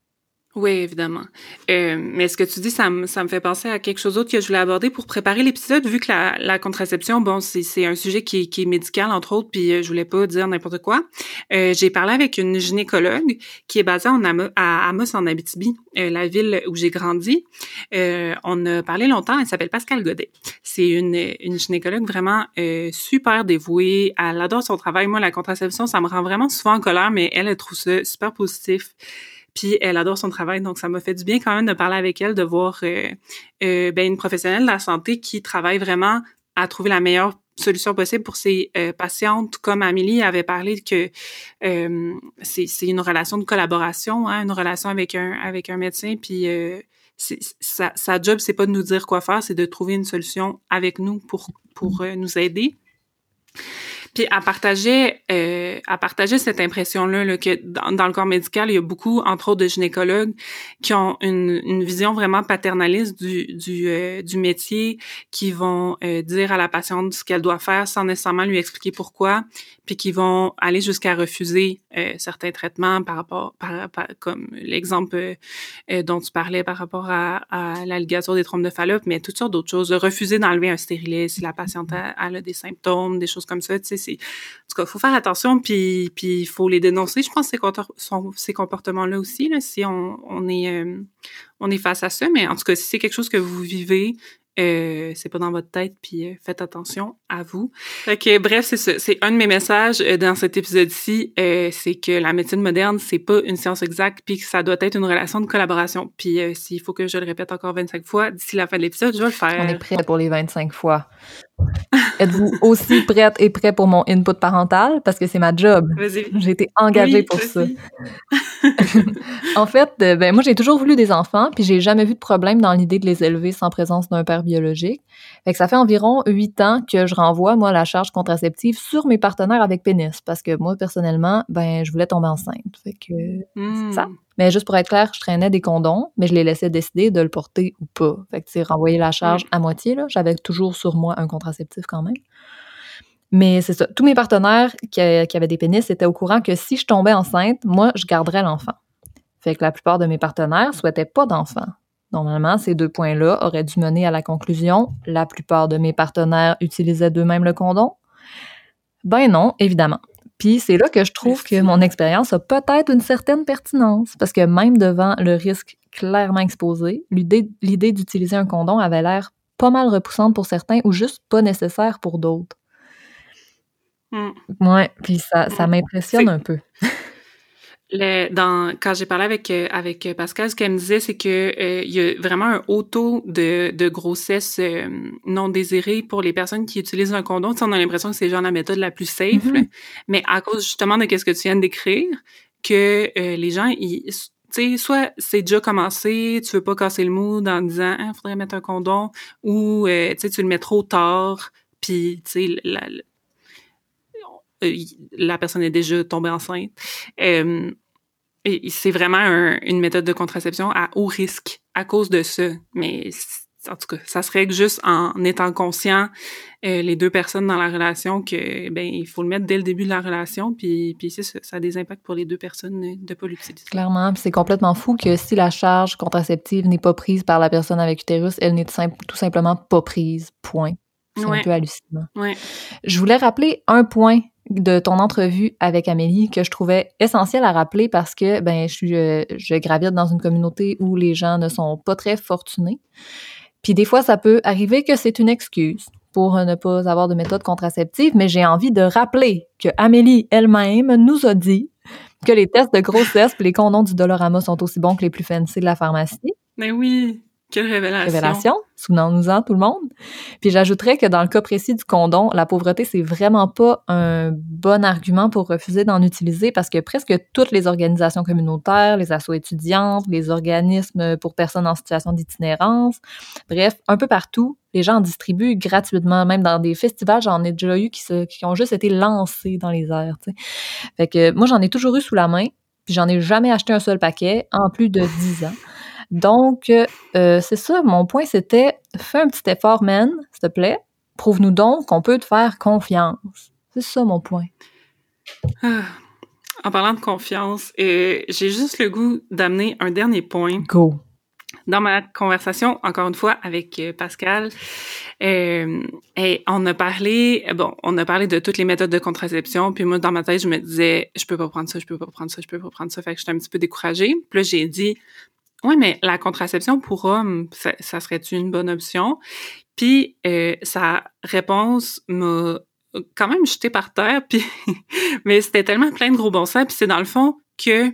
Oui, évidemment. Euh, mais ce que tu dis, ça me ça me fait penser à quelque chose d'autre que je voulais aborder pour préparer l'épisode, vu que la, la contraception, bon, c'est c'est un sujet qui est, qui est médical, entre autres, puis euh, je voulais pas dire n'importe quoi. Euh, j'ai parlé avec une gynécologue qui est basée en Amos, à Amos, en Abitibi, euh, la ville où j'ai grandi. Euh, on a parlé longtemps, elle s'appelle Pascale Godet. C'est une, une gynécologue vraiment euh, super dévouée, elle adore son travail. Moi, la contraception, ça me rend vraiment souvent en colère, mais elle, elle trouve ça super positif. Puis elle adore son travail, donc ça m'a fait du bien quand même de parler avec elle, de voir euh, euh, ben, une professionnelle de la santé qui travaille vraiment à trouver la meilleure solution possible pour ses euh, patientes. Comme Amélie avait parlé que euh, c'est, c'est une relation de collaboration, hein, une relation avec un avec un médecin. Puis euh, c'est, sa, sa job, c'est pas de nous dire quoi faire, c'est de trouver une solution avec nous pour pour euh, nous aider. Puis à partager, euh, à partager cette impression-là là, que dans, dans le corps médical, il y a beaucoup, entre autres, de gynécologues qui ont une, une vision vraiment paternaliste du du, euh, du métier, qui vont euh, dire à la patiente ce qu'elle doit faire sans nécessairement lui expliquer pourquoi, puis qui vont aller jusqu'à refuser euh, certains traitements par rapport, par, par comme l'exemple euh, dont tu parlais par rapport à, à la ligature des trompes de Fallope, mais toutes sortes d'autres choses, de refuser d'enlever un stérilet si la patiente a, elle a des symptômes, des choses comme ça, tu sais. C'est, en tout cas, il faut faire attention, puis puis il faut les dénoncer. Je pense ces, ces comportements-là aussi, là, si on, on est euh, on est face à ça. Mais en tout cas, si c'est quelque chose que vous vivez, euh, c'est pas dans votre tête, puis euh, faites attention à vous. Ok, bref, c'est ça. C'est un de mes messages euh, dans cet épisode-ci, euh, c'est que la médecine moderne, c'est pas une science exacte, puis que ça doit être une relation de collaboration. Puis euh, s'il faut que je le répète encore vingt-cinq fois d'ici la fin de l'épisode, je vais le faire. On est prêt pour les vingt-cinq fois. Êtes-vous aussi prête et prêt pour mon input parental? Parce que c'est ma job. Vas-y. J'ai été engagée oui, pour vas-y. ça. En fait, ben moi, j'ai toujours voulu des enfants, puis j'ai jamais vu de problème dans l'idée de les élever sans présence d'un père biologique. Fait que ça fait environ huit ans que je renvoie, moi, la charge contraceptive sur mes partenaires avec pénis. Parce que moi, personnellement, ben je voulais tomber enceinte. Fait que mm. c'est ça. Mais juste pour être clair, je traînais des condoms, mais je les laissais décider de le porter ou pas. Fait que, tu sais, renvoyer la charge mmh. à moitié, là. J'avais toujours sur moi un contraceptif quand même. Mais c'est ça. Tous mes partenaires qui, qui avaient des pénis étaient au courant que si je tombais enceinte, moi, je garderais l'enfant. Fait que la plupart de mes partenaires souhaitaient pas d'enfant. Normalement, ces deux points-là auraient dû mener à la conclusion. La plupart de mes partenaires utilisaient d'eux-mêmes le condom. Ben non, évidemment. Puis c'est là que je trouve que mon expérience a peut-être une certaine pertinence, parce que même devant le risque clairement exposé, l'idée, l'idée d'utiliser un condom avait l'air pas mal repoussante pour certains ou juste pas nécessaire pour d'autres. Mm. Ouais, puis ça, ça m'impressionne C'est- un peu. Le, dans, quand j'ai parlé avec, euh, avec Pascal, ce qu'elle me disait, c'est que euh, il y a vraiment un haut taux de, de grossesse euh, non désirée pour les personnes qui utilisent un condom. Tu sais, on a l'impression que c'est genre la méthode la plus safe, Mhm. là. Mais à cause justement de ce que tu viens de décrire, que euh, les gens, ils, tu sais, soit c'est déjà commencé, tu veux pas casser le mood en disant « Ah, faudrait mettre un condom », ou euh, tu sais, tu le mets trop tard, puis tu sais, la, la, la personne est déjà tombée enceinte. Euh, et c'est vraiment un, une méthode de contraception à haut risque à cause de ça. Mais en tout cas, ça se règle juste en étant conscient, euh, les deux personnes dans la relation, que ben il faut le mettre dès le début de la relation, puis, puis c'est ça, ça a des impacts pour les deux personnes de pas l'utiliser. Clairement, puis c'est complètement fou que si la charge contraceptive n'est pas prise par la personne avec utérus, elle n'est tout, simple, tout simplement pas prise, point. C'est ouais. un peu hallucinant. Ouais. Je voulais rappeler un point de ton entrevue avec Amélie que je trouvais essentiel à rappeler parce que ben je suis je, je gravite dans une communauté où les gens ne sont pas très fortunés. Puis des fois ça peut arriver que c'est une excuse pour ne pas avoir de méthode contraceptive, mais j'ai envie de rappeler que Amélie elle-même nous a dit que les tests de grossesse et les condoms du Dolorama sont aussi bons que les plus fancy de la pharmacie. Mais oui, quelle révélation. Révélation, souvenons-nous-en tout le monde. Puis j'ajouterais que dans le cas précis du condom, la pauvreté, c'est vraiment pas un bon argument pour refuser d'en utiliser parce que presque toutes les organisations communautaires, les assos étudiantes, les organismes pour personnes en situation d'itinérance, bref, un peu partout, les gens en distribuent gratuitement, même dans des festivals, j'en ai déjà eu qui, se, qui ont juste été lancés dans les airs, tu sais. Fait que moi, j'en ai toujours eu sous la main, puis j'en ai jamais acheté un seul paquet en plus de dix ans. Donc, euh, c'est ça, mon point, c'était « Fais un petit effort, man, s'il te plaît. Prouve-nous donc qu'on peut te faire confiance. » C'est ça, mon point. Ah, en parlant de confiance, euh, j'ai juste le goût d'amener un dernier point. Go! Dans ma conversation, encore une fois, avec euh, Pascal, euh, et on a parlé, bon, on a parlé de toutes les méthodes de contraception, puis moi, dans ma tête, je me disais « Je peux pas prendre ça, je peux pas prendre ça, je peux pas prendre ça », fait que j'étais un petit peu découragée. Puis là, j'ai dit « Ouais, mais la contraception pour hommes, ça, ça serait-tu une bonne option? » Puis euh, sa réponse m'a quand même jetée par terre, puis mais c'était tellement plein de gros bon sens, puis c'est dans le fond que,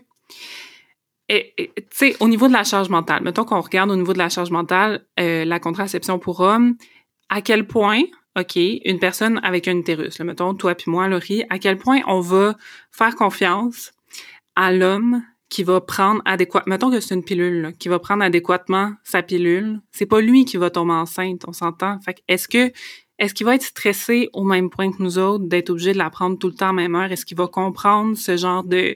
tu sais, au niveau de la charge mentale, mettons qu'on regarde au niveau de la charge mentale, euh, la contraception pour hommes, à quel point, OK, une personne avec un utérus, là, mettons, toi puis moi, Laurie, à quel point on va faire confiance à l'homme qui va prendre adéquatement, mettons que c'est une pilule, là, qui va prendre adéquatement sa pilule, c'est pas lui qui va tomber enceinte, on s'entend. Fait que est-ce que, est-ce qu'il va être stressé au même point que nous autres, d'être obligé de la prendre tout le temps à même heure? Est-ce qu'il va comprendre ce genre de...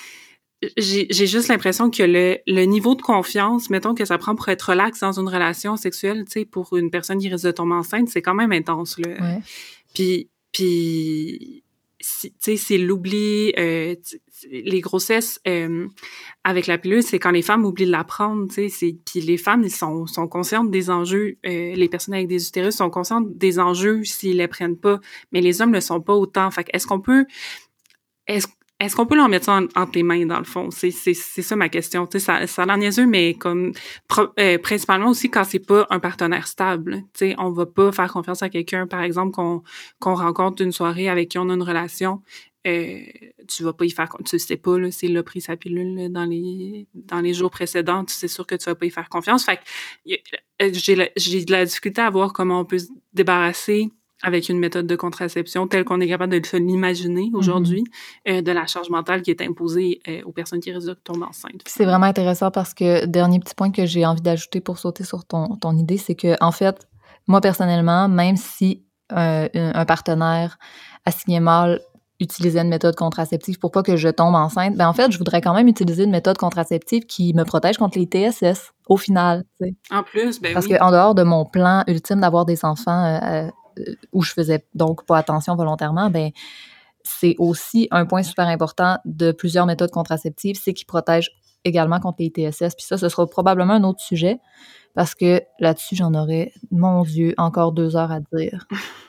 J'ai, j'ai juste l'impression que le, le niveau de confiance, mettons que ça prend pour être relax dans une relation sexuelle, tu sais, pour une personne qui risque de tomber enceinte, c'est quand même intense, là. Ouais. Puis, puis, si, tu sais, c'est l'oubli, euh, les grossesses euh, avec la pilule, c'est quand les femmes oublient de la prendre, tu sais, puis les femmes, ils sont, sont conscientes des enjeux, euh, les personnes avec des utérus sont conscientes des enjeux s'ils les prennent pas, mais les hommes le sont pas autant. Fait que est-ce qu'on peut, est-ce Est-ce qu'on peut leur mettre ça en, entre les mains, dans le fond? C'est, c'est, c'est ça ma question. Tu sais, ça, ça a l'air niaiseux, mais comme, pro, euh, principalement aussi quand c'est pas un partenaire stable. Tu sais, on va pas faire confiance à quelqu'un, par exemple, qu'on, qu'on rencontre une soirée avec qui on a une relation. Euh, tu vas pas y faire, tu sais pas, là, s'il a pris sa pilule, là, dans les, dans les jours précédents, tu sais sûr que tu vas pas y faire confiance. Fait que, euh, j'ai, la, j'ai de la difficulté à voir comment on peut se débarrasser avec une méthode de contraception telle qu'on est capable de se l'imaginer aujourd'hui, mm-hmm. euh, de la charge mentale qui est imposée euh, aux personnes qui risquent de tomber enceintes. C'est vraiment intéressant parce que, dernier petit point que j'ai envie d'ajouter pour sauter sur ton, ton idée, c'est que, en fait, moi, personnellement, même si euh, un, un partenaire assigné mâle utilisait une méthode contraceptive pour pas que je tombe enceinte, ben en fait, je voudrais quand même utiliser une méthode contraceptive qui me protège contre les T S S, au final. T'sais. En plus, ben Parce oui. que en dehors de mon plan ultime d'avoir des enfants euh, où je faisais donc pas attention volontairement, ben c'est aussi un point super important de plusieurs méthodes contraceptives, c'est qu'ils protègent également contre les T S S. Puis ça, ce sera probablement un autre sujet, parce que là-dessus, j'en aurais, mon Dieu, encore deux heures à dire.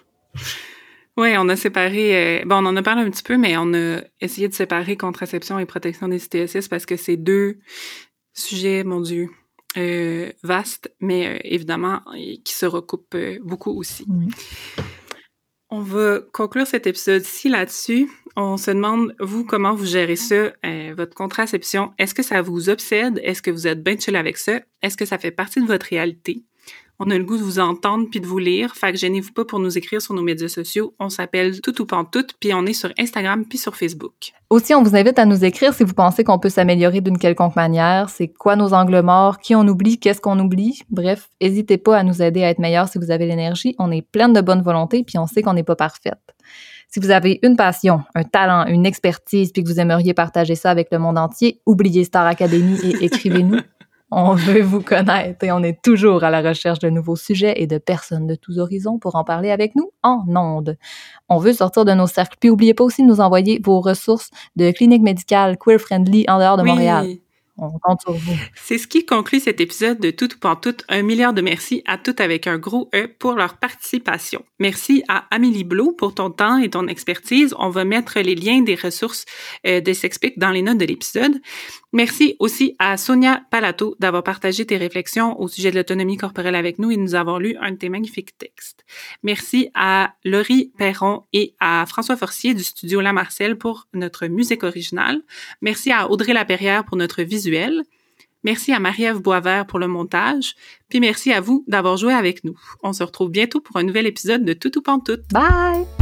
Oui, on a séparé, euh, bon, on en a parlé un petit peu, mais on a essayé de séparer contraception et protection des T S S parce que c'est deux sujets, mon Dieu, euh, vastes, mais euh, évidemment, qui se recoupent euh, beaucoup aussi. Oui. On va conclure cet épisode-ci là-dessus. On se demande, vous, comment vous gérez ça, euh, votre contraception. Est-ce que ça vous obsède? Est-ce que vous êtes bien chill avec ça? Est-ce que ça fait partie de votre réalité? On a le goût de vous entendre puis de vous lire, fait que gênez-vous pas pour nous écrire sur nos médias sociaux. On s'appelle Tout ou Pantoute, puis on est sur Instagram puis sur Facebook. Aussi, on vous invite à nous écrire si vous pensez qu'on peut s'améliorer d'une quelconque manière. C'est quoi nos angles morts? Qui on oublie? Qu'est-ce qu'on oublie? Bref, n'hésitez pas à nous aider à être meilleurs si vous avez l'énergie. On est pleine de bonne volonté puis on sait qu'on n'est pas parfaite. Si vous avez une passion, un talent, une expertise puis que vous aimeriez partager ça avec le monde entier, oubliez Star Academy et écrivez-nous. On veut vous connaître et on est toujours à la recherche de nouveaux sujets et de personnes de tous horizons pour en parler avec nous en ondes. On veut sortir de nos cercles. Puis n'oubliez pas aussi de nous envoyer vos ressources de cliniques médicales queer-friendly en dehors de oui. Montréal. On compte sur vous. C'est ce qui conclut cet épisode de Tout ou Pantoute. Un milliard de merci à toutes avec un gros E pour leur participation. Merci à Amélie Blot pour ton temps et ton expertise. On va mettre les liens des ressources euh, de S'explique dans les notes de l'épisode. Merci aussi à Sonia Palato d'avoir partagé tes réflexions au sujet de l'autonomie corporelle avec nous et de nous avoir lu un de tes magnifiques textes. Merci à Laurie Perron et à François Forcier du studio La Marcelle pour notre musique originale. Merci à Audrey Laperrière pour notre visuel. Merci à Marie-Ève Boisvert pour le montage. Puis merci à vous d'avoir joué avec nous. On se retrouve bientôt pour un nouvel épisode de Tout ou Pantoute. Bye!